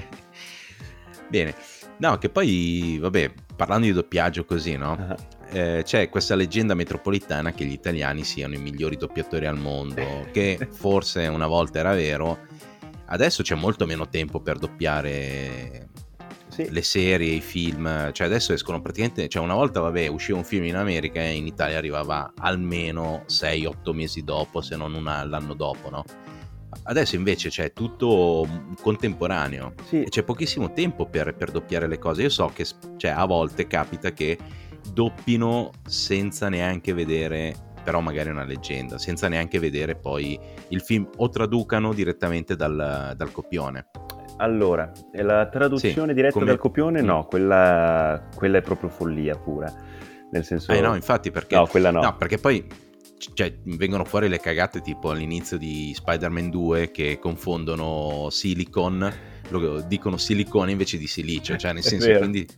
Bene. No, che poi, vabbè, parlando di doppiaggio così, no? Ah. Eh, c'è questa leggenda metropolitana che gli italiani siano i migliori doppiatori al mondo, che forse una volta era vero. Adesso c'è molto meno tempo per doppiare Sì. le serie, i film, cioè adesso escono praticamente, cioè una volta vabbè usciva un film in America e in Italia arrivava almeno sei otto mesi dopo, se non una, l'anno dopo, no? Adesso invece c'è tutto contemporaneo Sì. e c'è pochissimo tempo per, per doppiare le cose. Io so che cioè, a volte capita che doppino senza neanche vedere, però magari una leggenda, senza neanche vedere poi il film, o traducano direttamente dal, dal copione. Allora, e la traduzione Sì, diretta come- dal copione? Mm. No, quella, quella è proprio follia pura. Nel senso... Eh no, infatti, perché No, quella no. no, perché poi c- cioè, vengono fuori le cagate tipo all'inizio di Spider-Man due che confondono silicon, lo dicono silicone invece di silicio, cioè nel È senso vero. quindi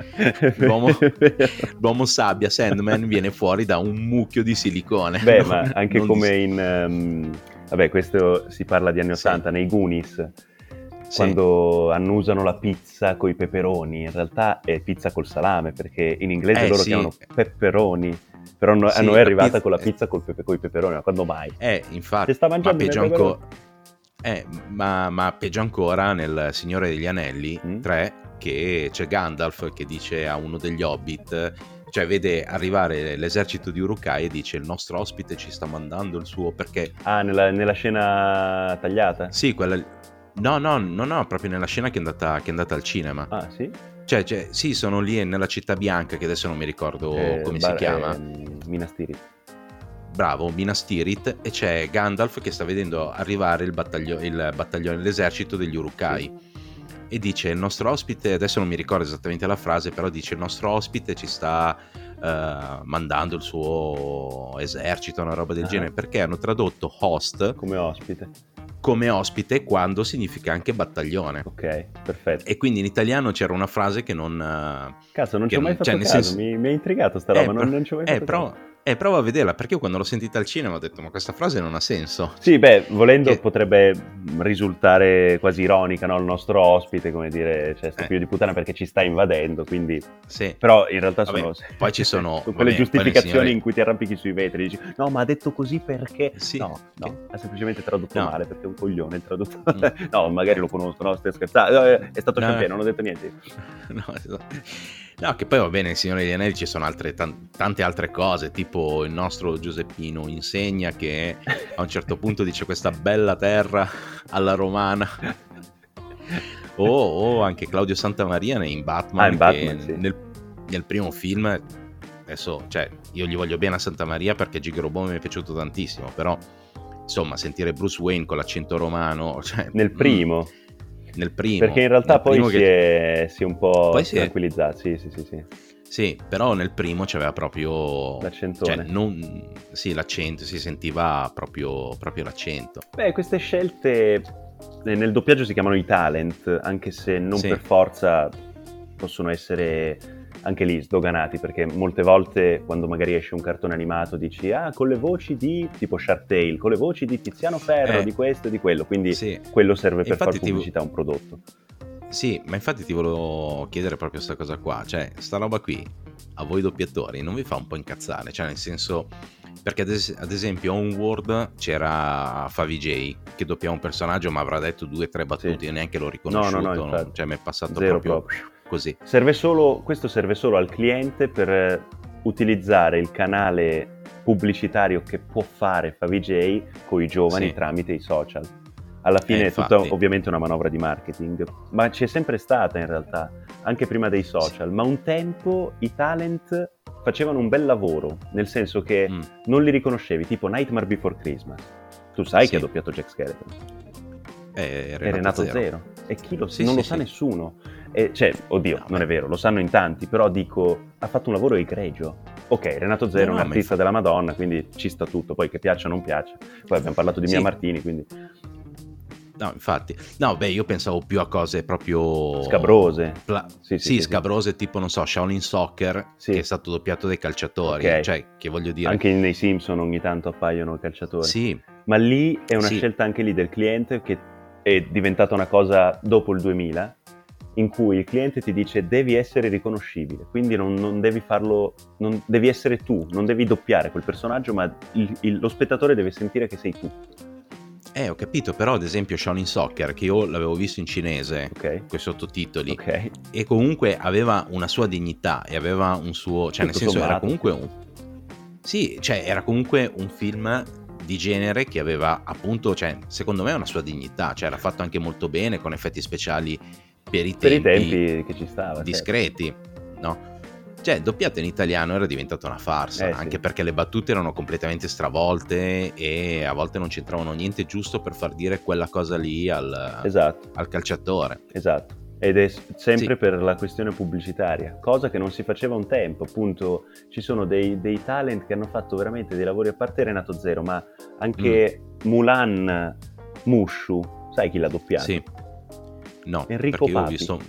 È l'uomo, vero. l'uomo sabbia Sandman viene fuori da un mucchio di silicone. Beh, non- ma anche non come di- in... ehm, vabbè, questo si parla di anni Sì. ottanta, nei Goonies, Sì. quando annusano la pizza coi peperoni, in realtà è pizza col salame, perché in inglese Eh, loro sì. chiamano pepperoni, però no- Sì, a noi è la arrivata pizza- con la pizza col pepe- coi peperoni, ma quando mai? Eh, infatti, Si sta ma mangiando peggio i peperoni. ancora, eh, ma, ma peggio ancora nel Signore degli Anelli Mm. tre, che c'è Gandalf che dice a uno degli Hobbit, cioè vede arrivare l'esercito di Uruk-hai e dice il nostro ospite ci sta mandando il suo, perché Ah, nella, nella scena tagliata? sì, quella... No, no, no, no, proprio nella scena che è andata, che è andata al cinema. Ah, sì? Cioè, cioè, sì, sono lì nella città bianca, che adesso non mi ricordo Eh, come bar- si chiama. ehm, Minas Tirith. Bravo, Minas Tirith, e c'è Gandalf che sta vedendo arrivare il, battaglio- il battaglione, l'esercito degli Uruk-hai, e dice il nostro ospite, adesso non mi ricordo esattamente la frase, però dice il nostro ospite ci sta eh, mandando il suo esercito, una roba del Ah. genere, perché hanno tradotto host Come ospite. come ospite quando significa anche battaglione. Ok, perfetto. E quindi in italiano c'era una frase che non... eh, Cazzo, non che ci ho mai non- fatto cioè, nel caso, senso- mi, mi ha intrigato sta Eh, roba, non, pro- non ci ho mai eh, fatto però- caso. eh, prova a vederla, perché io quando l'ho sentita al cinema ho detto ma questa frase non ha senso. Sì, beh, volendo Che- potrebbe risultare quasi ironica, no? Il nostro ospite, come dire, cioè, sto Eh. figlio di puttana perché ci sta invadendo, quindi... Sì. Però in realtà Vabbè, sono... poi ci sono- sono quelle vabbè, giustificazioni poi le signore- in cui ti arrampichi sui vetri, dici, no, ma ha detto così perché... Sì, no, no, che- ha semplicemente tradotto No. male perché è un coglione il traduttore. No, magari lo conosco, no, stai scherzando, Eh, è stato No. champagne, non ho detto niente. No, esatto. No, che poi va bene, il Signore degli Anelli ci sono altre, tan- tante altre cose, tipo il nostro Giuseppino insegna che a un certo punto dice questa bella terra alla romana, o, o anche Claudio Santamaria in Batman, Ah, in Batman, che sì. nel, nel primo film, adesso, cioè, io gli voglio bene a Santamaria perché Gigrobò mi è piaciuto tantissimo, però, insomma, sentire Bruce Wayne con l'accento romano, cioè, Nel mm, primo, nel primo, perché in realtà nel poi primo si, che- è, si è un po' Poi si è- tranquillizzato, sì, sì, sì, sì. Sì, però nel primo c'aveva proprio L'accentone. cioè, non, sì, l'accento, si sentiva proprio, proprio l'accento. Beh, queste scelte nel doppiaggio si chiamano i talent, anche se non Sì. per forza possono essere anche lì sdoganati, perché molte volte quando magari esce un cartone animato dici ah, con le voci di tipo Shark Tale, con le voci di Tiziano Ferro, Eh. di questo e di quello, quindi Sì. quello serve per Infatti far ti- pubblicità a un prodotto. Sì, ma infatti ti volevo chiedere proprio questa cosa qua, cioè sta roba qui a voi doppiatori non vi fa un po' incazzare? Cioè nel senso, perché ad, es- ad esempio a Homeworld c'era Favij che doppiava un personaggio ma avrà detto due o tre battute, Sì. io neanche l'ho No, riconosciuto, no, no, non- infatti. cioè mi è passato Zero proprio, proprio. così. Serve solo, questo serve solo al cliente per eh, utilizzare il canale pubblicitario che può fare Favij con i giovani Sì. tramite i social. Alla fine Eh, è tutta infatti. ovviamente una manovra di marketing, ma c'è sempre stata in realtà, anche prima dei social, ma un tempo i talent facevano un bel lavoro, nel senso che Mm. non li riconoscevi, tipo Nightmare Before Christmas. Tu sai Sì. chi ha doppiato Jack Skeleton? Eh, È Renato Zero. Zero. E chi lo Sì, non sì, lo sa sì. nessuno. E, cioè, oddio, No, non beh. è vero, lo sanno in tanti, però dico, ha fatto un lavoro egregio. Ok, Renato Zero No, è un no, ma artista infa- della Madonna, quindi ci sta tutto, poi che piaccia o non piaccia. Poi abbiamo parlato di Mia Sì. Martini, quindi No, infatti. No, beh, io pensavo più a cose proprio... scabrose. Pla- Sì, sì, sì, sì, sì. scabrose, tipo, non so, Shaolin Soccer, Sì. che è stato doppiato dai calciatori. Ok. Cioè, che voglio dire... Anche nei Simpson ogni tanto appaiono calciatori. Sì, Ma lì è una Sì. scelta anche lì del cliente che è diventata una cosa dopo il duemila, in cui il cliente ti dice devi essere riconoscibile, quindi non, non devi farlo, non, devi essere tu, non devi doppiare quel personaggio, ma il- il- lo spettatore deve sentire che sei tu, eh, ho capito, però ad esempio Shaolin Soccer, che io l'avevo visto in cinese, ok? con i sottotitoli, Ok, e comunque aveva una sua dignità e aveva un suo... Cioè, Tutto nel senso, era sommato, comunque sì. un... Sì, cioè, era comunque un film di genere che aveva appunto, cioè, secondo me una sua dignità, cioè era fatto anche molto bene, con effetti speciali per i per i tempi, tempi che ci stava, certo. discreti, no? Cioè, doppiato in italiano era diventata una farsa, Eh, sì. anche perché le battute erano completamente stravolte e a volte non c'entravano niente giusto per far dire quella cosa lì al, Esatto, al calciatore. esatto. Ed è s- sempre Sì. per la questione pubblicitaria, cosa che non si faceva un tempo, appunto ci sono dei, dei talent che hanno fatto veramente dei lavori, a parte Renato Zero, ma anche Mm. Mulan Mushu, sai chi l'ha doppiato? Sì. No, Enrico perché io ho Papi. visto...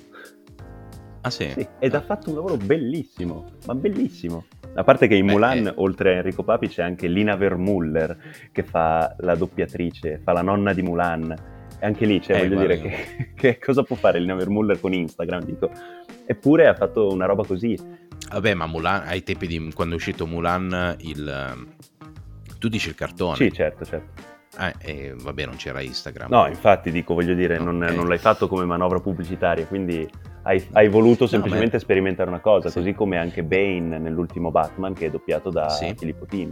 Ah sì? Sì, ed Ah. ha fatto un lavoro bellissimo, ma bellissimo. A parte che in Beh, Mulan, eh. oltre a Enrico Papi, c'è anche Lina Vermuller che fa la doppiatrice, fa la nonna di Mulan. E anche lì, cioè, Eh, voglio guarda, dire, che, che cosa può fare Lina Vermuller con Instagram, dico. Eppure ha fatto una roba così. Vabbè, ma Mulan, ai tempi di quando è uscito Mulan, il... Tu dici il cartone? Sì, certo, certo. Eh, e vabbè, non c'era Instagram. No, infatti, dico, voglio dire, non, Ok. non l'hai fatto come manovra pubblicitaria, quindi hai, hai voluto semplicemente ma- sperimentare una cosa, Sì. così come anche Bane nell'ultimo Batman, che è doppiato da Sì. Filippo Timi.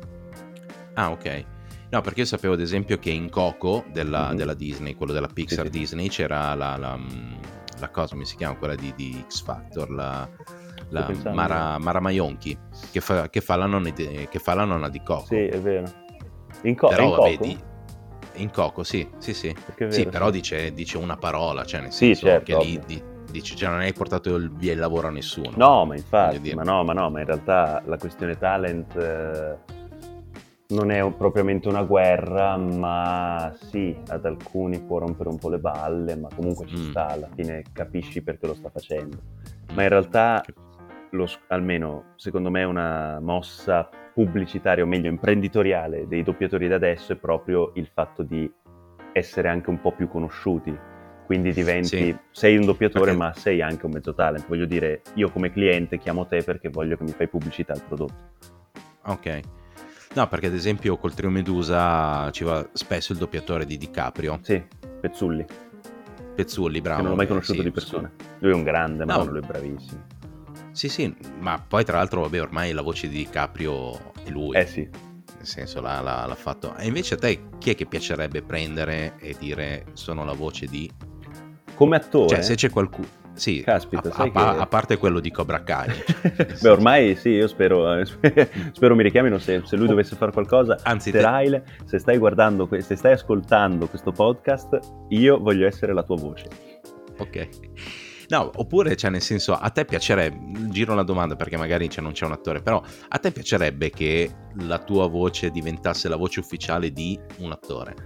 Ah, ok. No, perché io sapevo ad esempio che in Coco della, Mhm. della Disney, quello della Pixar Sì, sì. Disney, c'era la, la, mm, la cosa, come si chiama, quella di, di X Factor, la, la pensando. Mara, Mara Maionchi, che fa, che, fa la nonna di, che fa la nonna di Coco. Sì, è vero. In, co- Però in vabbè, Coco? di- in Coco, sì, sì, sì. Perché è Sì, vero, però sì. dice, dice una parola, cioè nel Sì, senso certo, che lì ovvio. di- dice, cioè non hai portato il, via il lavoro a nessuno. No, ma voglio infatti, dire. ma no, ma no, ma in realtà la questione talent eh, non è un- propriamente una guerra, ma sì, ad alcuni può rompere un po' le balle, ma comunque ci Mm. sta, alla fine capisci perché lo sta facendo. Ma in realtà, lo s- almeno secondo me, una mossa pubblicitaria, o meglio imprenditoriale, dei doppiatori da adesso è proprio il fatto di essere anche un po' più conosciuti. Quindi diventi, Sì. sei un doppiatore, Perché- ma sei anche un mezzo talent. Voglio dire, io come cliente chiamo te perché voglio che mi fai pubblicità al prodotto. Ok. No, perché ad esempio col Trio Medusa ci va spesso il doppiatore di DiCaprio, Sì, Pezzulli, Pezzulli, bravo. che non l'ho mai eh, conosciuto sì, di persona. Lui è un grande, ma No. lui è bravissimo. Sì, sì, ma poi tra l'altro, vabbè, ormai la voce di DiCaprio è lui. Eh sì. Nel senso, l'ha, l'ha- l'ha fatto. E invece a te chi è che piacerebbe prendere e dire sono la voce di... Come attore? Cioè, se c'è qualcuno... Sì, Caspita, a, sai a- che- a parte quello di Cobra Kai. Beh, ormai sì, io spero, eh, spero mi richiamino se, se lui dovesse fare qualcosa. Anzi, te- Teraile, se stai guardando, que- se stai ascoltando questo podcast, io voglio essere la tua voce. Ok. No, oppure, cioè, nel senso, a te piacerebbe, giro una domanda perché magari cioè, non c'è un attore, però a te piacerebbe che la tua voce diventasse la voce ufficiale di un attore?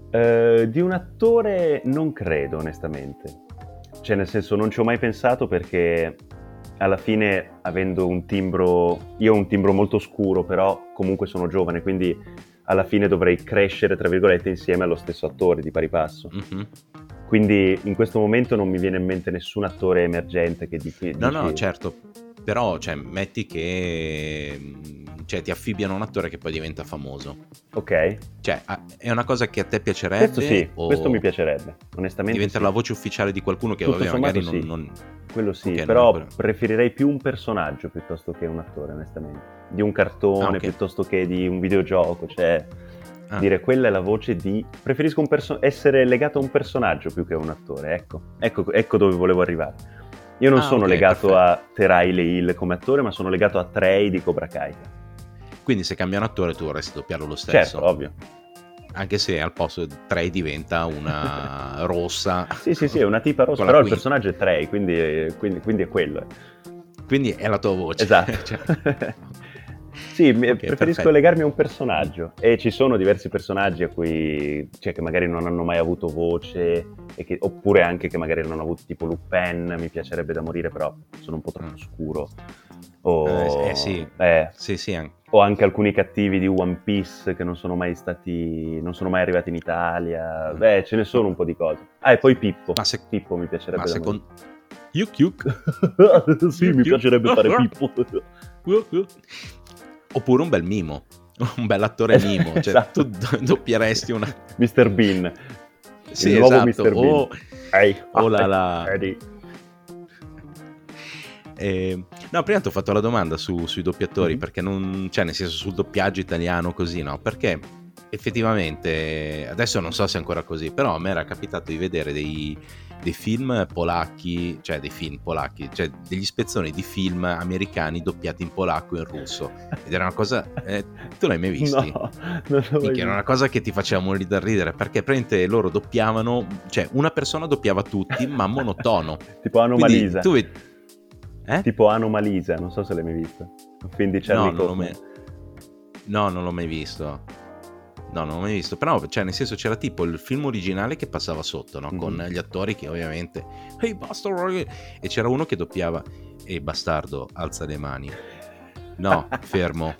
Eh, di un attore non credo, onestamente. Cioè, nel senso, non ci ho mai pensato perché alla fine, avendo un timbro... Io ho un timbro molto scuro, però comunque sono giovane, quindi alla fine dovrei crescere, tra virgolette, insieme allo stesso attore di pari passo. Mm-hmm. Quindi in questo momento non mi viene in mente nessun attore emergente che dici... No, no, certo. Però, cioè, metti che cioè, ti affibbiano un attore che poi diventa famoso. Ok. Cioè, è una cosa che a te piacerebbe? Questo sì, o questo mi piacerebbe, onestamente. Diventare sì. la voce ufficiale di qualcuno che Tutto vabbè, magari sì. non, non... Quello sì, okay, però quello... preferirei più un personaggio piuttosto che un attore, onestamente. Di un cartone, ah, okay. piuttosto che di un videogioco, cioè... Ah. Dire quella è la voce di... Preferisco un perso... essere legato a un personaggio più che a un attore, ecco. Ecco, ecco dove volevo arrivare. Io non ah, sono okay, legato perfetto. a Teraile Hill come attore, ma sono legato a Trey di Cobra Kai. Quindi se cambia un attore tu vorresti doppiarlo lo stesso? Certo, ovvio. Anche se al posto di Trey diventa una rossa. Sì, sì, sì, è una tipa rossa, però il personaggio è Trey, quindi, quindi, quindi è quello. Quindi è la tua voce. Esatto. cioè... Sì, okay, preferisco perfetto. legarmi a un personaggio e ci sono diversi personaggi a cui, cioè, che magari non hanno mai avuto voce e che, oppure anche che magari non hanno avuto, tipo Lupin, mi piacerebbe da morire, però sono un po' troppo scuro. O, eh, eh sì, eh, sì, sì anche. O anche alcuni cattivi di One Piece che non sono mai stati, non sono mai arrivati in Italia. Beh, ce ne sono un po' di cose. Ah, e poi Pippo. Ma se, Pippo mi piacerebbe ma da secondo... Yuk yuk. Sì, yuk, mi yuk. piacerebbe fare Pippo. Oppure un bel mimo, un bel attore mimo, cioè esatto. tu doppieresti una... mister Bean, sì, il nuovo esatto. mister Bean. O, hey, o la... la... Eh, no, prima ti ho fatto la domanda su, sui doppiatori, mm-hmm. perché non... cioè nel senso sul doppiaggio italiano così, no? Perché effettivamente, adesso non so se è ancora così, però a me era capitato di vedere dei... dei film polacchi, cioè dei film polacchi, cioè degli spezzoni di film americani doppiati in polacco e in russo, ed era una cosa, eh, tu l'hai mai visti? No, non l'ho mai era una cosa che ti faceva morire da ridere, perché praticamente loro doppiavano, cioè una persona doppiava tutti, ma monotono. Tipo Anomalisa. Tu vedi... eh? Tipo Anomalisa, non so se l'hai mai visto. Un film di Charlie no, non l'ho mai... no, non l'ho mai visto. No, non l'ho mai visto, però cioè nel senso c'era tipo il film originale che passava sotto, no? Mm-hmm. Con gli attori che ovviamente hey, bastardo, e c'era uno che doppiava ehi hey, bastardo, alza le mani. No, fermo.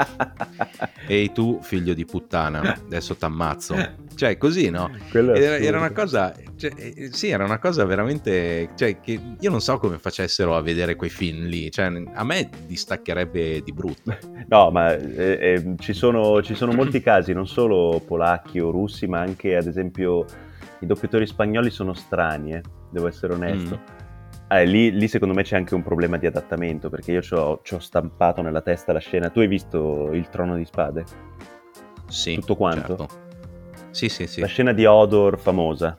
Ehi tu, figlio di puttana, adesso t'ammazzo. Cioè, così, no? Era, era una cosa, cioè, sì, era una cosa veramente, cioè, che io non so come facessero a vedere quei film lì, cioè, a me distaccherebbe di brutto. No, ma eh, eh, ci sono, ci sono molti casi, non solo polacchi o russi, ma anche, ad esempio, i doppiatori spagnoli sono strani, eh, devo essere onesto. Mm. Eh, lì, lì secondo me c'è anche un problema di adattamento, perché io ci ho stampato nella testa la scena. Tu hai visto Il Trono di Spade? Sì. Tutto quanto? Certo. Sì, sì, sì. La scena di Hodor famosa,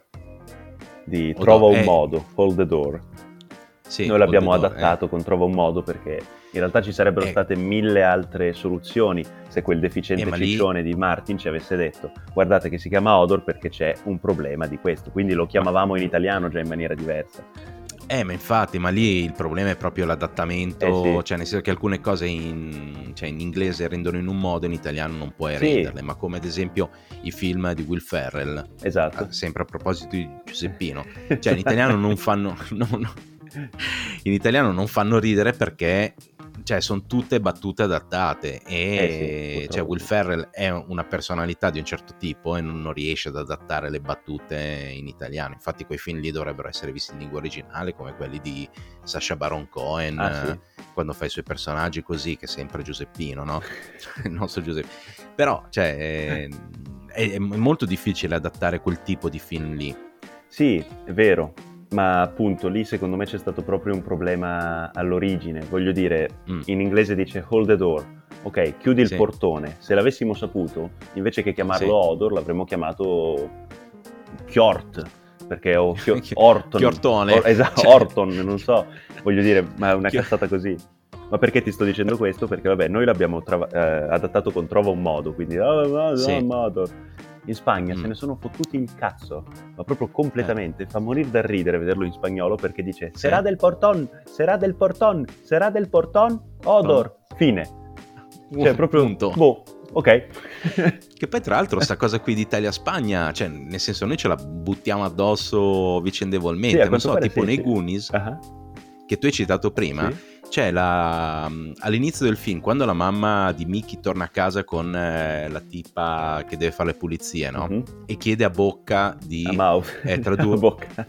di Hodor, Trova un eh... modo, Hold the Door. Sì, noi l'abbiamo adattato eh. con Trova un modo, perché in realtà ci sarebbero eh. state mille altre soluzioni se quel deficiente eh, ciccione lì... di Martin ci avesse detto guardate che si chiama Hodor perché c'è un problema di questo, quindi lo chiamavamo in italiano già in maniera diversa. Eh, ma infatti, ma lì il problema è proprio l'adattamento, eh sì. cioè nel senso che alcune cose in, cioè in inglese rendono in un modo, in italiano non puoi sì. renderle, ma come ad esempio i film di Will Ferrell, esatto. sempre a proposito di Giuseppino, cioè in italiano non fanno, no, no, in italiano non fanno ridere perché cioè sono tutte battute adattate e eh sì, cioè Will Ferrell è una personalità di un certo tipo e non, non riesce ad adattare le battute in italiano, infatti quei film lì dovrebbero essere visti in lingua originale come quelli di Sacha Baron Cohen, ah, sì. quando fa i suoi personaggi così, che è sempre Giuseppino, no? Il nostro Giuseppe, però cioè è, è molto difficile adattare quel tipo di film lì. Sì, è vero. Ma appunto lì secondo me c'è stato proprio un problema all'origine, voglio dire, mm. in inglese dice hold the door, ok, chiudi sì. il portone, se l'avessimo saputo, invece che chiamarlo sì. Hodor l'avremmo chiamato Kjort, perché ho Chio- Orton, Chiortone, Or- esatto, cioè... Orton, non so, voglio dire, ma è una cazzata così. Ma perché ti sto dicendo questo? Perché vabbè, noi l'abbiamo tra- eh, adattato con Trova un modo, quindi oh, oh, sì. oh, modo. In Spagna mm. se ne sono fottuti il cazzo, ma proprio completamente, eh. fa morire da ridere vederlo in spagnolo perché dice sì. Será del portón, será del portón, será del portón, Hodor, oh. fine. Cioè proprio, punto. boh, Ok. Che poi tra l'altro sta cosa qui di Italia-Spagna, cioè nel senso noi ce la buttiamo addosso vicendevolmente, Sì, a non quanto so, pare tipo sì, nei sì. Goonies, Ah, che tu hai citato prima, sì. c'è la all'inizio del film, quando la mamma di Mickey torna a casa con eh, la tipa che deve fare le pulizie, no? Mhm. E chiede a Bocca di A mouth. eh, A tradurre... bocca.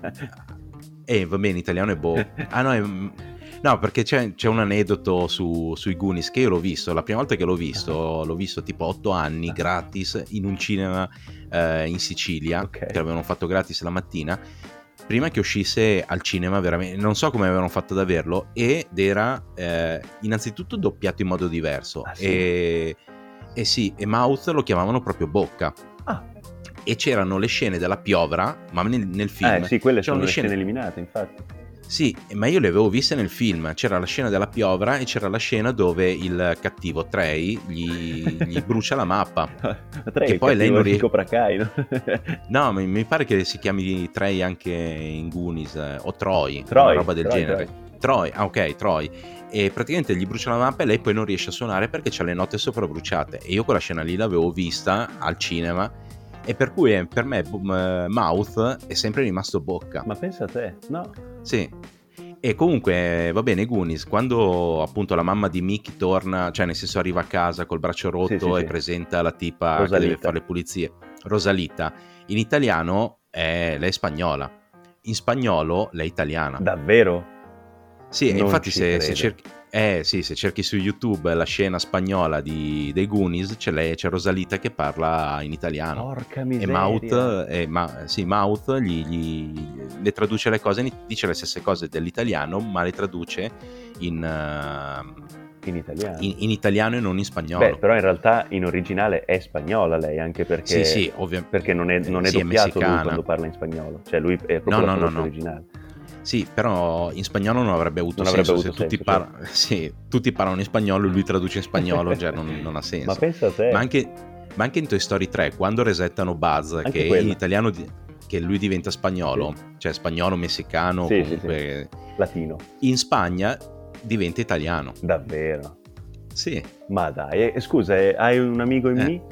Eh, va bene, in italiano è Bocca. Ah no, è... No, perché c'è, c'è un aneddoto su, sui Goonies che io l'ho visto, la prima volta che l'ho visto, Ah. l'ho visto tipo otto anni, Ah. gratis, in un cinema eh, in Sicilia, Ok. che l'avevano fatto gratis la mattina, prima che uscisse al cinema veramente, non so come avevano fatto ad averlo, ed era eh, innanzitutto doppiato in modo diverso, Ah, sì? e, e sì, e Mouth lo chiamavano proprio Bocca, Ah. e c'erano le scene della piovra, ma nel, nel film Eh sì, quelle c'erano sono le scene eliminate, infatti. sì, ma io le avevo viste nel film, c'era la scena della piovra e c'era la scena dove il cattivo Trey gli, gli brucia la mappa. Trey, Che il poi lei cattivo non di riesce... Cobra Kai, no? No, mi, mi pare che si chiami Trey anche in Goonies, eh, o Troy, una Troy, roba del Troy, genere. Troy. Troy, ah ok, Troy. E praticamente gli brucia la mappa e lei poi non riesce a suonare perché c'ha le note sopra bruciate. E io quella scena lì l'avevo vista al cinema, e per cui eh, per me uh, Mouth è sempre rimasto Bocca. Ma pensa a te, no? Sì. E comunque va bene, Goonies, quando appunto la mamma di Mickey torna, cioè nel senso arriva a casa col braccio rotto Sì, sì, e sì. presenta la tipa Rosalita. che deve fare le pulizie, Rosalita, in italiano è, lei è spagnola, in spagnolo lei è italiana. Davvero? Sì, e Non infatti ci se, se, credo. cerchi, eh, sì, se cerchi su YouTube la scena spagnola di, dei Goonies, c'è, lei, c'è Rosalita che parla in italiano. Porca E miseria. Mouth, e, ma, sì, Mouth gli, gli, le traduce le cose, dice le stesse cose dell'italiano, ma le traduce in, uh, in italiano. In, in italiano e non in spagnolo. Beh, però in realtà in originale è spagnola lei, anche perché, sì, sì, ovvia- perché non è, non è sì, doppiato è lui quando parla in spagnolo. Cioè lui è proprio no, la no, voce no, no. originale. Sì, però in spagnolo non avrebbe avuto non senso avrebbe avuto se tutti, senso, par- certo. sì, tutti parlano in spagnolo e lui traduce in spagnolo, cioè non, non ha senso. Ma pensa a te. Ma anche, ma anche in Toy Story tre, quando resettano Buzz, Anche che quella. in italiano di- che lui diventa spagnolo, Sì. cioè spagnolo, messicano, Sì, comunque sì, sì. Latino. In Spagna diventa italiano. Davvero? Sì. Ma dai, e, scusa, eh, hai un amico in Eh. me?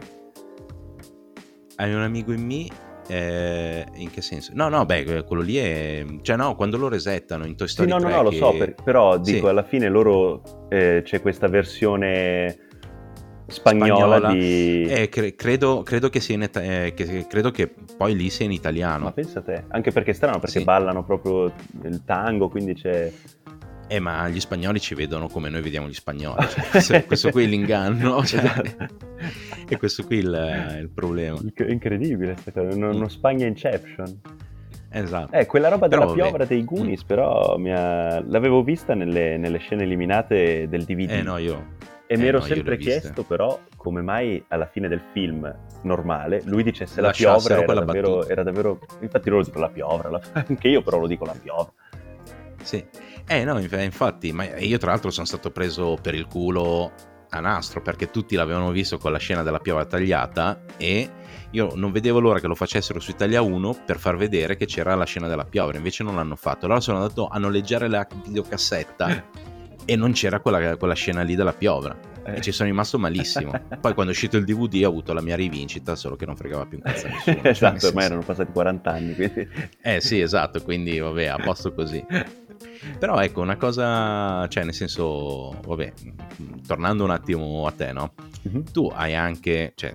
Hai un amico in me? Eh, in che senso? No, no, beh, quello lì è... Cioè no, quando lo resettano in Toy Story sì, no, no, tre no, lo che... so, per, però sì. dico, alla fine loro eh, c'è questa versione spagnola, spagnola. di... Eh, cre- credo, credo che sia in eta- eh, che, credo che poi lì sia in italiano. Ma pensa te, anche perché è strano, perché sì. ballano proprio il tango, quindi c'è... Eh, ma gli spagnoli ci vedono come noi vediamo gli spagnoli, cioè, questo, questo qui è l'inganno, cioè, esatto. E questo qui è il, il problema. Incredibile questa cosa, uno, uno Spagna Inception. Esatto. Eh, quella roba però, della piovra dei Goonies, mm. però mi ha... l'avevo vista nelle, nelle scene eliminate del D V D. Eh no, io... E eh, mi ero no, sempre chiesto però come mai alla fine del film normale lui dicesse la piovra, era davvero, era davvero... Infatti loro dicono la piovra, la... anche io però lo dico la piovra. Sì, eh no, infatti, ma io tra l'altro sono stato preso per il culo a nastro perché tutti l'avevano visto con la scena della piovra tagliata e io non vedevo l'ora che lo facessero su Italia uno per far vedere che c'era la scena della piovra, invece non l'hanno fatto. Allora sono andato a noleggiare la videocassetta e non c'era quella, quella scena lì della piovra eh. e ci sono rimasto malissimo. Poi quando è uscito il D V D ho avuto la mia rivincita, solo che non fregava più un cazzo a nessuno. Esatto, cioè, ormai erano passati quaranta anni, quindi... Eh sì, esatto, quindi vabbè, a posto così. Però ecco, una cosa, cioè nel senso, vabbè, tornando un attimo a te, no? Mm-hmm. Tu hai anche, cioè,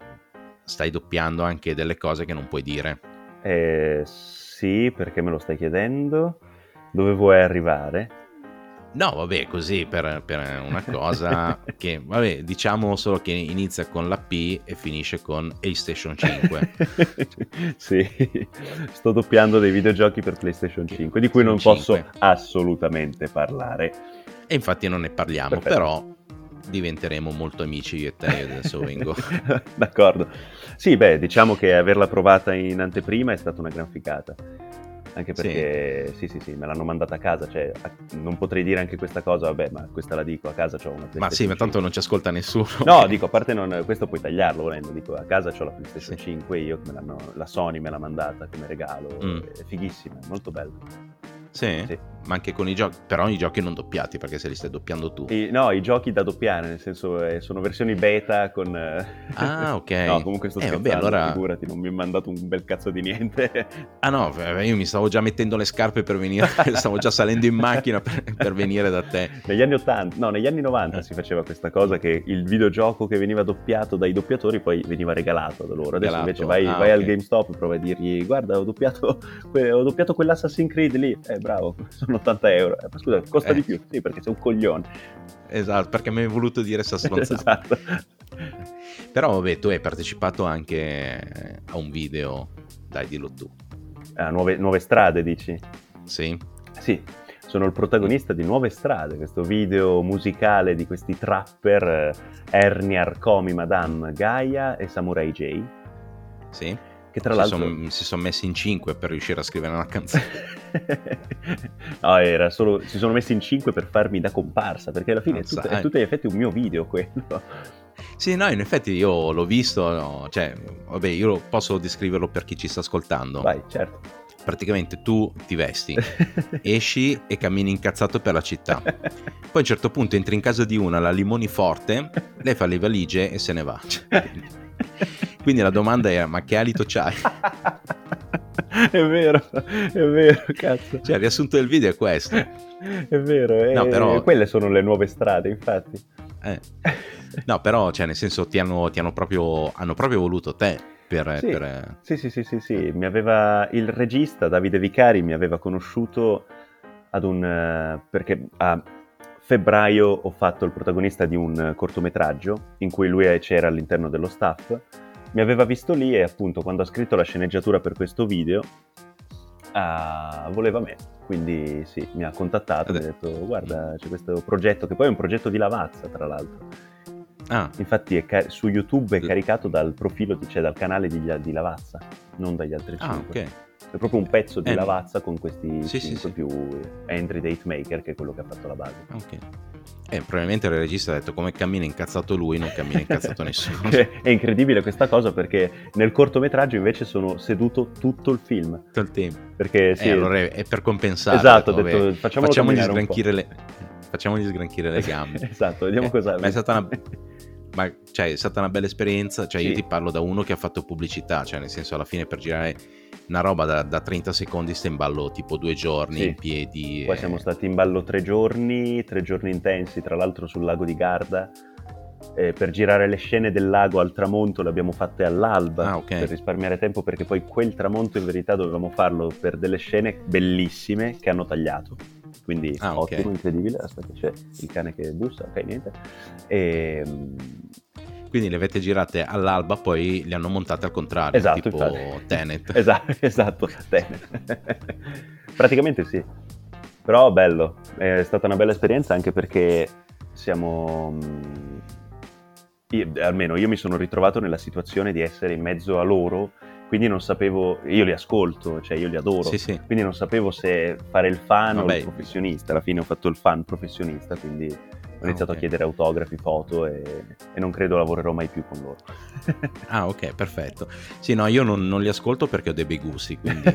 stai doppiando anche delle cose che non puoi dire. Eh, sì, perché me lo stai chiedendo? Dove vuoi arrivare? No, vabbè, così per, per una cosa che, vabbè, diciamo solo che inizia con la P e finisce con PlayStation cinque. Sì, sto doppiando dei videogiochi per PlayStation cinque, di cui non cinque. Posso assolutamente parlare. E infatti non ne parliamo, perfetto. Però diventeremo molto amici io e te, io adesso vengo. D'accordo. Sì, beh, diciamo che averla provata in anteprima è stata una gran figata. Anche perché, sì. sì, sì, sì, me l'hanno mandata a casa, cioè, non potrei dire anche questa cosa, vabbè, ma questa la dico, a casa c'ho una PlayStation Ma sì, ma tanto non ci ascolta nessuno. No, dico, a parte non, questo puoi tagliarlo volendo, dico, a casa c'ho la PlayStation sì. cinque, io me l'hanno, la Sony me l'ha mandata come regalo, mm. è fighissima, è molto bella. Sì? Sì. ma anche con i giochi, però i giochi non doppiati, perché se li stai doppiando tu. I, no, i giochi da doppiare, nel senso eh, sono versioni beta con... Eh... Ah, ok. No, comunque sto eh, scherzando, vabbè, allora... figurati, non mi ha mandato un bel cazzo di niente. Ah no, io mi stavo già mettendo le scarpe per venire, stavo già salendo in macchina per, per venire da te. Negli anni ottanta, no, negli anni novanta eh. si faceva questa cosa, che il videogioco che veniva doppiato dai doppiatori poi veniva regalato da loro. Adesso regalato. invece vai, ah, vai okay. al GameStop e provi a dirgli: guarda, ho doppiato, ho doppiato quell'Assassin's Creed lì. Eh, bravo, sono ottanta euro. Eh, ma scusa, costa eh. di più? Sì, perché sei un coglione. Esatto, perché mi hai voluto dire sta stronzata. Esatto. Però vabbè, tu hai partecipato anche a un video, dai, dillo tu. Ah, nuove, nuove strade, dici? Sì. Sì, sono il protagonista di Nuove Strade, questo video musicale di questi trapper eh, Erniar, Komi, Madame, Gaia e Samurai J. Sì. Che tra si l'altro son, si sono messi in cinque per riuscire a scrivere una canzone. No, era solo si sono messi in cinque per farmi da comparsa, perché alla fine è, tutto, è tutti gli effetti un mio video quello. Sì, no, in effetti io l'ho visto, no, cioè, vabbè, io posso descriverlo per chi ci sta ascoltando. Vai, certo. Praticamente tu ti vesti, esci e cammini incazzato per la città. Poi a un certo punto entri in casa di una, la limoni forte, lei fa le valigie e se ne va. Quindi la domanda è: ma che alito c'hai? È vero, è vero, cazzo. Cioè, il riassunto del video è questo. È vero, e no, però... quelle sono le nuove strade, infatti. Eh. No, però, cioè, nel senso, ti hanno, ti hanno proprio, hanno proprio voluto te per... Sì, per... sì, sì, sì, sì, sì. Mi aveva, il regista, Davide Vicari, mi aveva conosciuto ad un... perché a febbraio ho fatto il protagonista di un cortometraggio in cui lui c'era all'interno dello staff. Mi aveva visto lì e appunto quando ha scritto la sceneggiatura per questo video uh, voleva me, quindi sì, mi ha contattato e mi ha detto: guarda, c'è questo progetto che poi è un progetto di Lavazza, tra l'altro. Ah. Infatti è ca- su YouTube è caricato dal profilo, di, cioè dal canale di, di Lavazza, non dagli altri cinque. Ah, ok. È proprio un pezzo di eh, Lavazza con questi sì, cinque sì, più Entry Date Maker, che è quello che ha fatto la base. Ok. Eh, probabilmente il regista ha detto: come cammina incazzato lui, non cammina incazzato nessuno. È incredibile questa cosa, perché nel cortometraggio invece sono seduto tutto il film. Tutto il tempo. Perché sì. Eh, allora è per compensare. Esatto, ho detto, detto, facciamolo facciamogli sgranchire le facciamogli sgranchire le gambe. Esatto, vediamo eh, cosa. Ma è stata una ma cioè, è stata una bella esperienza, cioè sì. Io ti parlo da uno che ha fatto pubblicità, cioè nel senso alla fine per girare una roba da, da trenta secondi sta in ballo tipo due giorni sì. in piedi. Poi e... siamo stati in ballo tre giorni, tre giorni intensi, tra l'altro sul lago di Garda. Eh, per girare le scene del lago al tramonto le abbiamo fatte all'alba, ah, okay. per risparmiare tempo, perché poi quel tramonto in verità dovevamo farlo per delle scene bellissime che hanno tagliato. Quindi ah, ottimo, okay. incredibile. Aspetta, c'è il cane che bussa, ok, niente. E... Quindi le avete girate all'alba, poi le hanno montate al contrario, esatto, tipo infatti. Tenet. esatto, esatto, Tenet. Praticamente sì. Però bello, è stata una bella esperienza, anche perché siamo... Io, almeno io mi sono ritrovato nella situazione di essere in mezzo a loro, quindi non sapevo, io li ascolto, cioè io li adoro, sì, sì. Quindi non sapevo se fare il fan Vabbè. o il professionista. Alla fine ho fatto il fan professionista, quindi ho iniziato ah, okay. a chiedere autografi, foto e, e non credo lavorerò mai più con loro. Ah, ok, perfetto. Sì, no, io non, non li ascolto perché ho dei bei gusti, quindi...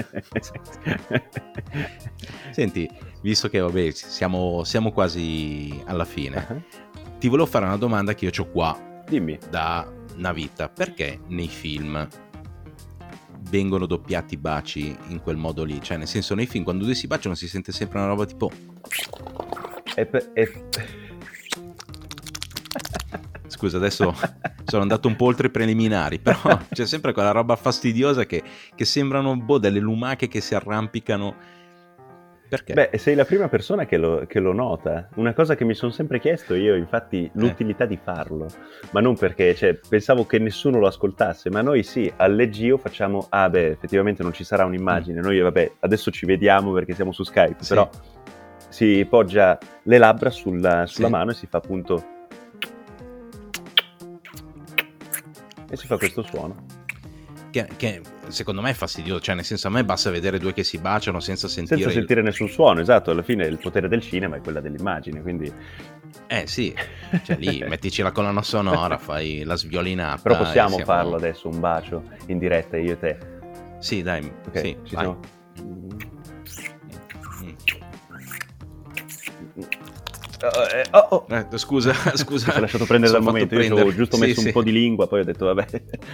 Senti, visto che vabbè siamo, siamo quasi alla fine, uh-huh. ti volevo fare una domanda che io c'ho qua. Dimmi. Da una vita. Perché nei film vengono doppiati i baci in quel modo lì? Cioè, nel senso, nei film quando due si baciano si sente sempre una roba tipo... E per, e... Scusa, adesso sono andato un po' oltre i preliminari, però c'è sempre quella roba fastidiosa che, che sembrano boh, delle lumache che si arrampicano. Perché? Beh, sei la prima persona che lo, che lo nota. Una cosa che mi sono sempre chiesto io, infatti, l'utilità eh. di farlo. Ma non perché, cioè, pensavo che nessuno lo ascoltasse, ma noi sì, al leggio facciamo, ah beh, effettivamente non ci sarà un'immagine. Mm. Noi, vabbè, adesso ci vediamo perché siamo su Skype, sì. Però si poggia le labbra sulla, sulla sì. mano e si fa appunto... E si fa questo suono. Che, che secondo me è fastidioso, cioè nel senso a me basta vedere due che si baciano senza sentire senza il... sentire nessun suono, esatto. Alla fine il potere del cinema è quella dell'immagine, quindi eh sì, cioè lì mettici la colonna sonora, fai la sviolinata. Però possiamo siamo... farlo adesso, un bacio in diretta io e te. Sì, dai, okay, sì, ci vai. siamo. eh, oh, oh. Eh, scusa, scusa. Mi sono lasciato prendere dal Sono fatto momento, io ci prendere. avevo giusto Sì, messo sì. un po' di lingua, poi ho detto vabbè.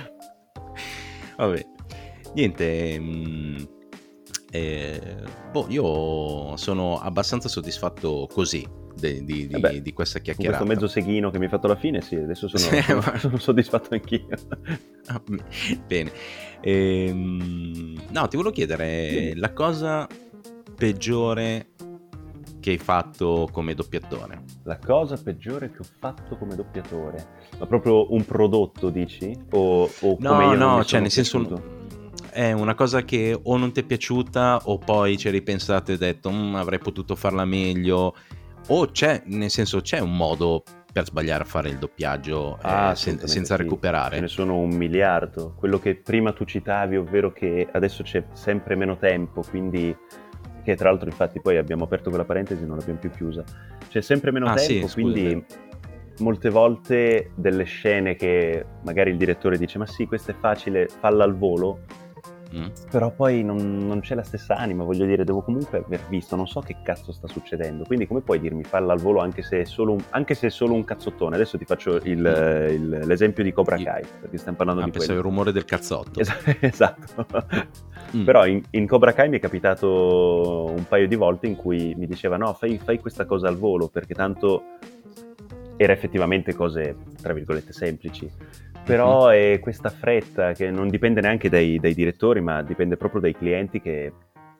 Vabbè, niente, mh, eh, boh, io sono abbastanza soddisfatto così de- di, di- Vabbè, di questa con chiacchierata. questo mezzo seghino che mi hai fatto alla fine, sì, adesso sono, Sì, sono, ma- sono soddisfatto anch'io. Ah, bene. Ehm, no, ti volevo chiedere Dimmi. la cosa peggiore che hai fatto come doppiatore. La cosa peggiore che ho fatto come doppiatore, ma proprio un prodotto, dici? O, o come No, io non no, mi cioè sono nel senso piaciuto? è una cosa che o non ti è piaciuta o poi ci hai ripensato e hai detto "Mm, avrei potuto farla meglio", o c'è, nel senso c'è un modo per sbagliare a fare il doppiaggio eh, Ah, sen- assolutamente senza sì. recuperare. Ce ne sono un miliardo. Quello che prima tu citavi, ovvero che adesso c'è sempre meno tempo, quindi che tra l'altro infatti poi abbiamo aperto quella parentesi e non l'abbiamo più chiusa. C'è sempre meno Ah, sì, tempo, scusa, è quindi molte volte delle scene che magari il direttore dice ma sì, questa è facile, falla al volo, Mm? però poi non, non c'è la stessa anima, voglio dire, devo comunque aver visto, non so che cazzo sta succedendo, quindi come puoi dirmi falla al volo anche se è solo un, anche se è solo un cazzottone? Adesso ti faccio il, Mm. il- l'esempio di Cobra Io- Kai, perché stiamo parlando Ah, di pensavo quello. il rumore del cazzotto. Es- esatto. Mm. Però in, in Cobra Kai mi è capitato un paio di volte in cui mi diceva no, fai, fai questa cosa al volo, perché tanto era effettivamente cose, tra virgolette, semplici. Però è questa fretta che non dipende neanche dai, dai direttori, ma dipende proprio dai clienti che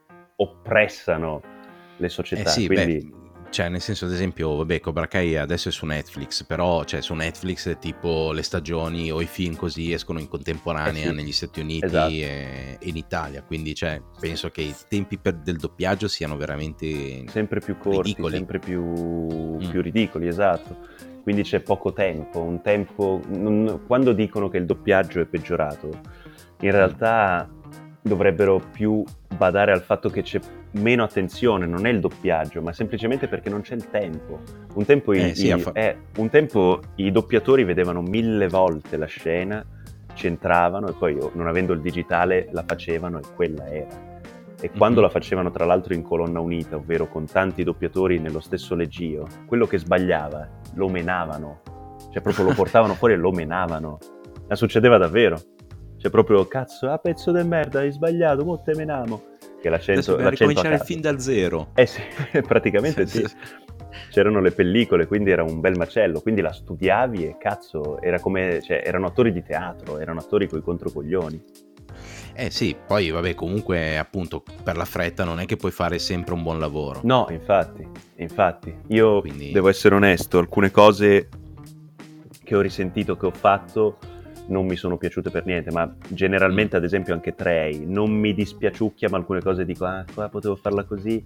oppressano le società. Eh sì, Quindi beh, cioè nel senso ad esempio, vabbè, Cobra Kai adesso è su Netflix, però cioè su Netflix tipo le stagioni o i film così escono in contemporanea Eh sì, negli Stati Uniti esatto. e e in Italia, quindi cioè penso che i tempi per- del doppiaggio siano veramente sempre più corti, ridicoli. sempre più, Mm. più ridicoli, esatto. Quindi c'è poco tempo, un tempo... non- quando dicono che il doppiaggio è peggiorato, in realtà dovrebbero più badare al fatto che c'è meno attenzione, non è il doppiaggio, ma semplicemente perché non c'è il tempo. Un tempo i, Eh, sì, i- a fa- eh, un tempo i doppiatori vedevano mille volte la scena, c'entravano e poi oh, non avendo il digitale la facevano e quella era. E quando Mhm. la facevano tra l'altro in colonna unita, ovvero con tanti doppiatori nello stesso leggio, quello che sbagliava lo menavano, cioè proprio lo portavano fuori e lo menavano. Ma succedeva davvero. Cioè proprio, cazzo, ah pezzo di merda, hai sbagliato, mo te menamo. Che Adesso l'accento, dobbiamo l'accento a ricominciare il caso. film da zero. Eh sì, praticamente sì. C'erano le pellicole, quindi era un bel macello, quindi la studiavi e cazzo, era come, cioè, erano attori di teatro, erano attori coi controcoglioni. Eh sì, poi vabbè, comunque appunto per la fretta non è che puoi fare sempre un buon lavoro. No, infatti, infatti. Io Quindi- devo essere onesto, alcune cose che ho risentito, che ho fatto, non mi sono piaciute per niente, ma generalmente ad esempio anche Trey, non mi dispiaciucchia, ma alcune cose dico, ah, qua potevo farla così,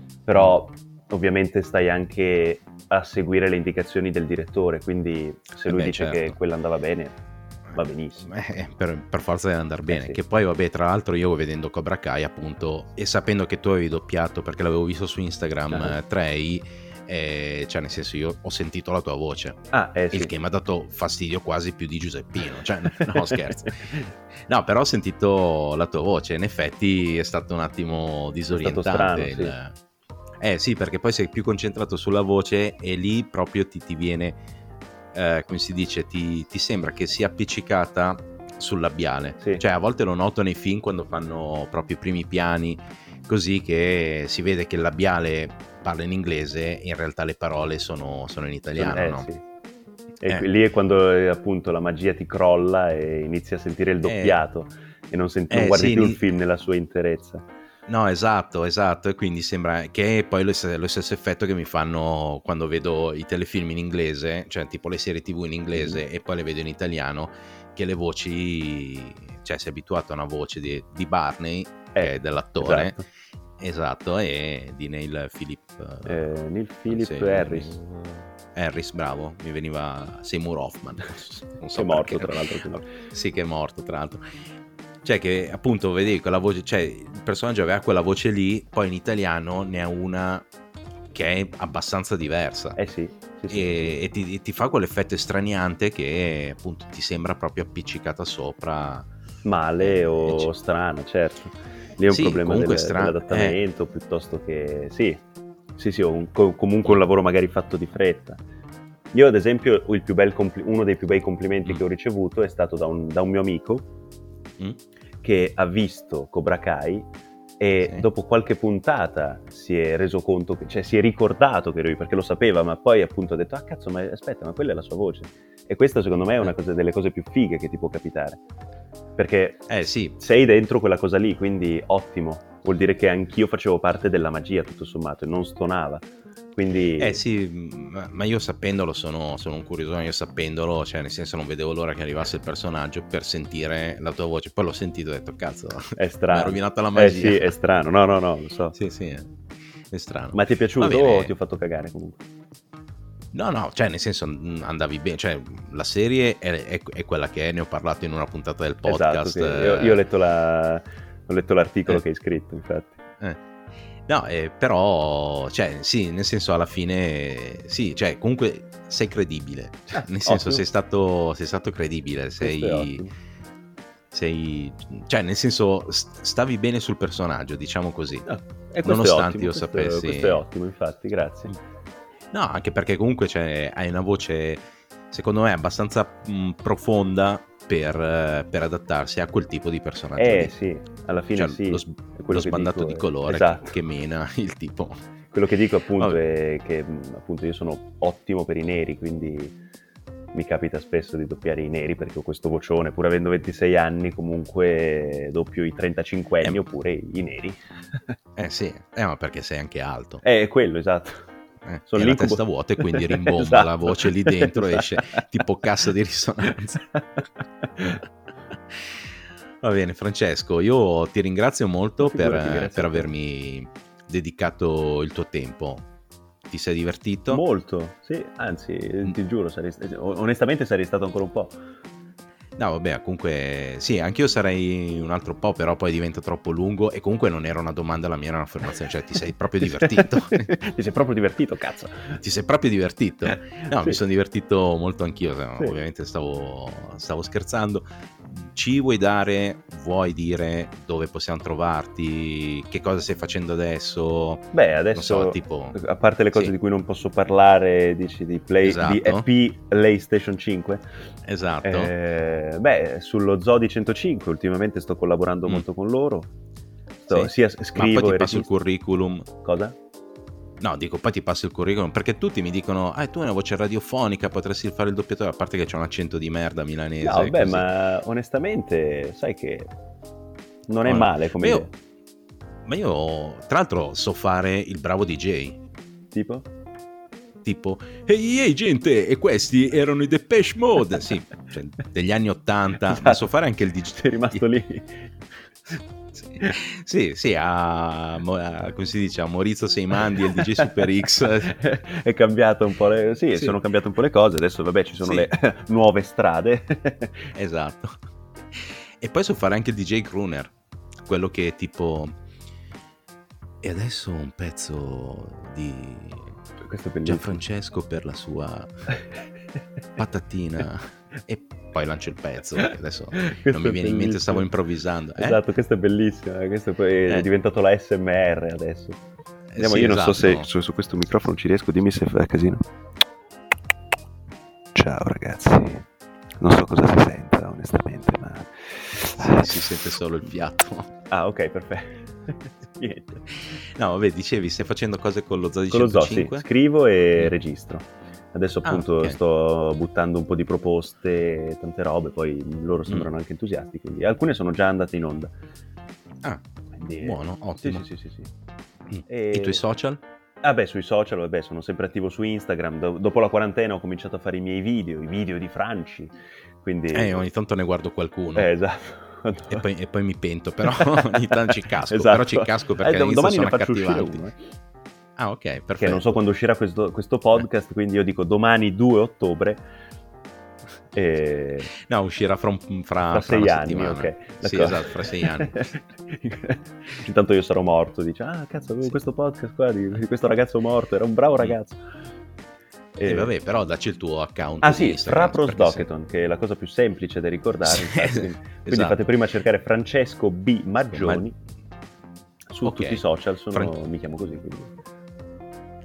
però ovviamente stai anche a seguire le indicazioni del direttore, quindi se Eh lui beh, dice certo. che quella andava bene, va benissimo. Eh, per, per forza deve andare bene. sì. Che poi, vabbè, tra l'altro, io vedendo Cobra Kai, appunto, e sapendo che tu avevi doppiato, perché l'avevo visto su Instagram, Ah. eh, Trey, eh, cioè, nel senso, io ho sentito la tua voce, Ah, eh sì. il che mi ha dato fastidio quasi più di Giuseppino. Cioè, no, scherzo. No, però ho sentito la tua voce, in effetti è stato un attimo disorientante. strano, il... Eh sì, perché poi sei più concentrato sulla voce e lì proprio ti, ti viene. Eh, come si dice, ti, ti sembra che sia appiccicata sul labiale. Sì. Cioè a volte lo noto nei film quando fanno proprio i primi piani, così che si vede che il labiale parla in inglese e in realtà le parole sono, sono in italiano, eh, no? sì. E Eh. lì è quando eh, appunto la magia ti crolla e inizi a sentire il doppiato e non, senti, non eh, guardi sì, più ni- il film nella sua interezza. No, esatto, esatto, e quindi sembra che è poi lo, lo stesso effetto che mi fanno quando vedo i telefilm in inglese, cioè tipo le serie tv in inglese Mm. e poi le vedo in italiano, che le voci, cioè sei abituato a una voce di, di Barney, Eh, che è dell'attore, esatto. esatto, e di Neil Philip Eh, Neil Philip sì, Harris. Harris, bravo, mi veniva Seymour Hoffman, non so È morto perché. tra l'altro. quindi. Sì, che è morto tra l'altro. Cioè che appunto vedevi quella voce, cioè il personaggio aveva quella voce lì, poi in italiano ne ha una che è abbastanza diversa. Eh sì, sì, sì, e, sì. e ti, e ti fa quell'effetto estraniante che appunto ti sembra proprio appiccicata sopra. Male Eh, o c- strano, certo. Lì è un Sì, problema comunque del, stra- dell'adattamento piuttosto che... Sì, sì, sì, un, comunque un lavoro magari fatto di fretta. Io ad esempio il più bel compl- uno dei più bei complimenti mm. che ho ricevuto è stato da un, da un mio amico mm. che ha visto Cobra Kai e sì. dopo qualche puntata si è reso conto, che, cioè si è ricordato che ero io, perché lo sapeva, ma poi appunto ha detto ah cazzo, ma aspetta, ma quella è la sua voce. E questa secondo me è una cosa, delle cose più fighe che ti può capitare, perché eh, sì. sei dentro quella cosa lì, quindi ottimo, vuol dire che anch'io facevo parte della magia tutto sommato e non stonava. Quindi... Eh sì, ma io sapendolo sono, sono un curiosone, io sapendolo, cioè nel senso non vedevo l'ora che arrivasse il personaggio per sentire la tua voce, poi l'ho sentito e ho detto cazzo, è strano, mi ha rovinato la magia. Eh sì, è strano, no no no, lo so. Sì sì, è strano. Ma ti è piaciuto o ti ho fatto cagare comunque? No no, cioè nel senso andavi bene, cioè la serie è, è, è quella che è, ne ho parlato in una puntata del podcast. Esatto, sì. io, io ho letto, la, ho letto l'articolo eh. che hai scritto, infatti. Eh. No, eh, però, cioè, sì, nel senso alla fine, sì, cioè, comunque sei credibile, cioè, nel senso sei stato, sei stato credibile, sei, sei, cioè, nel senso stavi bene sul personaggio, diciamo così, no, e nonostante ottimo, io questo, sapessi. Questo è ottimo, infatti, grazie. No, anche perché comunque cioè, hai una voce, secondo me, abbastanza mh, profonda per, per adattarsi a quel tipo di personaggio. Eh lì. sì, alla fine cioè, sì. Lo, lo sbandato dico, di colore esatto. che, che mena il tipo. Quello che dico appunto Vabbè. è che appunto io sono ottimo per i neri, quindi mi capita spesso di doppiare i neri perché ho questo vocione, pur avendo ventisei anni comunque doppio i trentacinque anni eh, oppure i neri. Eh sì, eh, ma perché sei anche alto. Eh, è quello, esatto. Eh, Sono la testa vuota e quindi rimbomba esatto. La voce lì dentro e esce tipo cassa di risonanza. Va bene Francesco, io ti ringrazio molto per, per avermi dedicato il tuo tempo. Ti sei divertito? Molto, sì, anzi ti giuro, sarei, onestamente sarei stato ancora un po'. No vabbè, comunque sì, anch'io sarei un altro po', però poi diventa troppo lungo e comunque non era una domanda, la mia era un'affermazione, cioè ti sei proprio divertito. Ti sei proprio divertito, cazzo. Ti sei proprio divertito. No, sì. Mi sono divertito molto anch'io, sì. Ovviamente stavo, stavo scherzando. Ci vuoi dare, vuoi dire dove possiamo trovarti, che cosa stai facendo adesso? Beh, adesso, non so, tipo... a parte le cose sì. di cui non posso parlare, dici di, play, esatto. di E P PlayStation cinque. Esatto. Eh, beh, sullo Zodi centocinque ultimamente sto collaborando mm. molto con loro. Sto, sì. sia scrivo Ma poi ti e passo registro. il curriculum. Cosa? No, dico, poi ti passo il curriculum, perché tutti mi dicono, ah, tu hai una voce radiofonica, potresti fare il doppiatore, a parte che c'è un accento di merda milanese. No, beh, così. ma onestamente, sai che non è no, male come io, idea. Ma io, tra l'altro, so fare il bravo D J. Tipo? Tipo, ehi, ehi, gente, e questi erano i Depeche Mode, sì, cioè, degli anni ottanta, esatto. Ma so fare anche il D J. Sei rimasto lì. Sì, sì, a, a come si dice, a Maurizio Seimandi e il D J Super X è cambiato un po' le sì, sì, sono cambiate un po' le cose, adesso vabbè ci sono sì. le nuove strade. Esatto. E poi so fare anche il D J crooner, quello che è tipo e adesso un pezzo di Gianfrancesco per la sua patatina e poi lancio il pezzo, adesso questo non mi viene in mente, stavo improvvisando. Eh? Esatto, questo è bellissimo, questo poi eh. è diventato la S M R adesso. Andiamo, sì, io non esatto. so se su, su questo microfono ci riesco, dimmi se fa casino. Ciao ragazzi, non so cosa si senta onestamente, ma sì, si sente solo il fiato. Ah, ok, perfetto. No, vabbè, dicevi, stai facendo cose con lo Zodi con lo centocinque? Zoo, sì. Scrivo e mm. registro. Adesso appunto ah, okay. sto buttando un po' di proposte, tante robe, poi loro sembrano mm. anche entusiasti, quindi alcune sono già andate in onda. Ah, quindi, buono, ottimo. Sì, sì, sì, sì, sì. Mm. E... I tuoi social? Ah beh, sui social, vabbè, sono sempre attivo su Instagram. Do- dopo la quarantena ho cominciato a fare i miei video, i video di Franci, quindi... Eh, ogni tanto ne guardo qualcuno. Eh, esatto. E poi, e poi mi pento, però ogni tanto ci casco, esatto. Però ci casco perché eh, all'inizio domani sono ne faccio accattivanti. Uno, eh. Ah, ok, perfetto. Perché non so quando uscirà questo, questo podcast, eh. quindi io dico domani due ottobre. E... No, uscirà fra, un, fra, fra, fra sei anni, ok. Sì, esatto, fra sei anni. Intanto io sarò morto, dice, ah cazzo, avevo sì. questo podcast qua di, di questo ragazzo morto, era un bravo ragazzo. E eh, vabbè, però dacci il tuo account. Ah sì, Frapros Docketon, che è la cosa più semplice da ricordare. Sì, infatti. esatto. Quindi fate prima cercare Francesco B. Maggioni. Ma... Su okay. tutti i social sono, Fran... mi chiamo così. Quindi.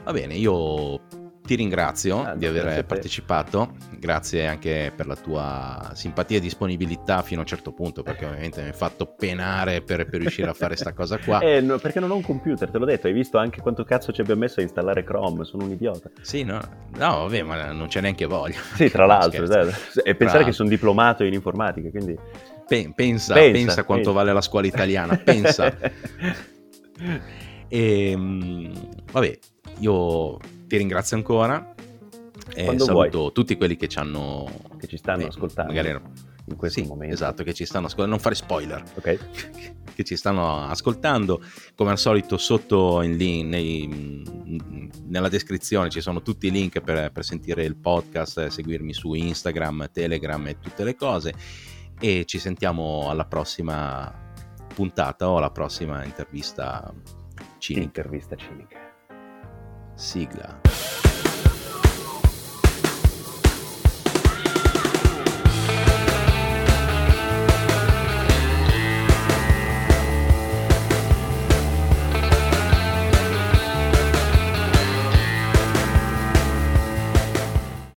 Va bene, io ti ringrazio Ah, di no, grazie a aver te. partecipato, grazie anche per la tua simpatia e disponibilità fino a un certo punto, perché ovviamente mi hai fatto penare per, per riuscire a fare sta cosa qua. Eh, no, perché non ho un computer, te l'ho detto, hai visto anche quanto cazzo ci abbia messo a installare Chrome, sono un idiota. Sì, no, no, vabbè, ma non c'è neanche voglia. Sì, tra No, l'altro, scherzo. dai. E Tra pensare che l'altro. sono diplomato in informatica, quindi... Pe- pensa, Pensa, pensa quanto pensa. vale la scuola italiana, pensa. E, mh, vabbè, io ti ringrazio ancora. E Quando saluto vuoi. tutti quelli che ci hanno Che ci stanno eh, ascoltando magari in questo sì, momento. esatto, che ci stanno ascoltando, non fare spoiler. Ok. Che ci stanno ascoltando. Come al solito sotto in link, nei, nella descrizione ci sono tutti i link per, per sentire il podcast, seguirmi su Instagram, Telegram e tutte le cose, e ci sentiamo alla prossima puntata o alla prossima intervista cinica. Intervista cinica. Sigla.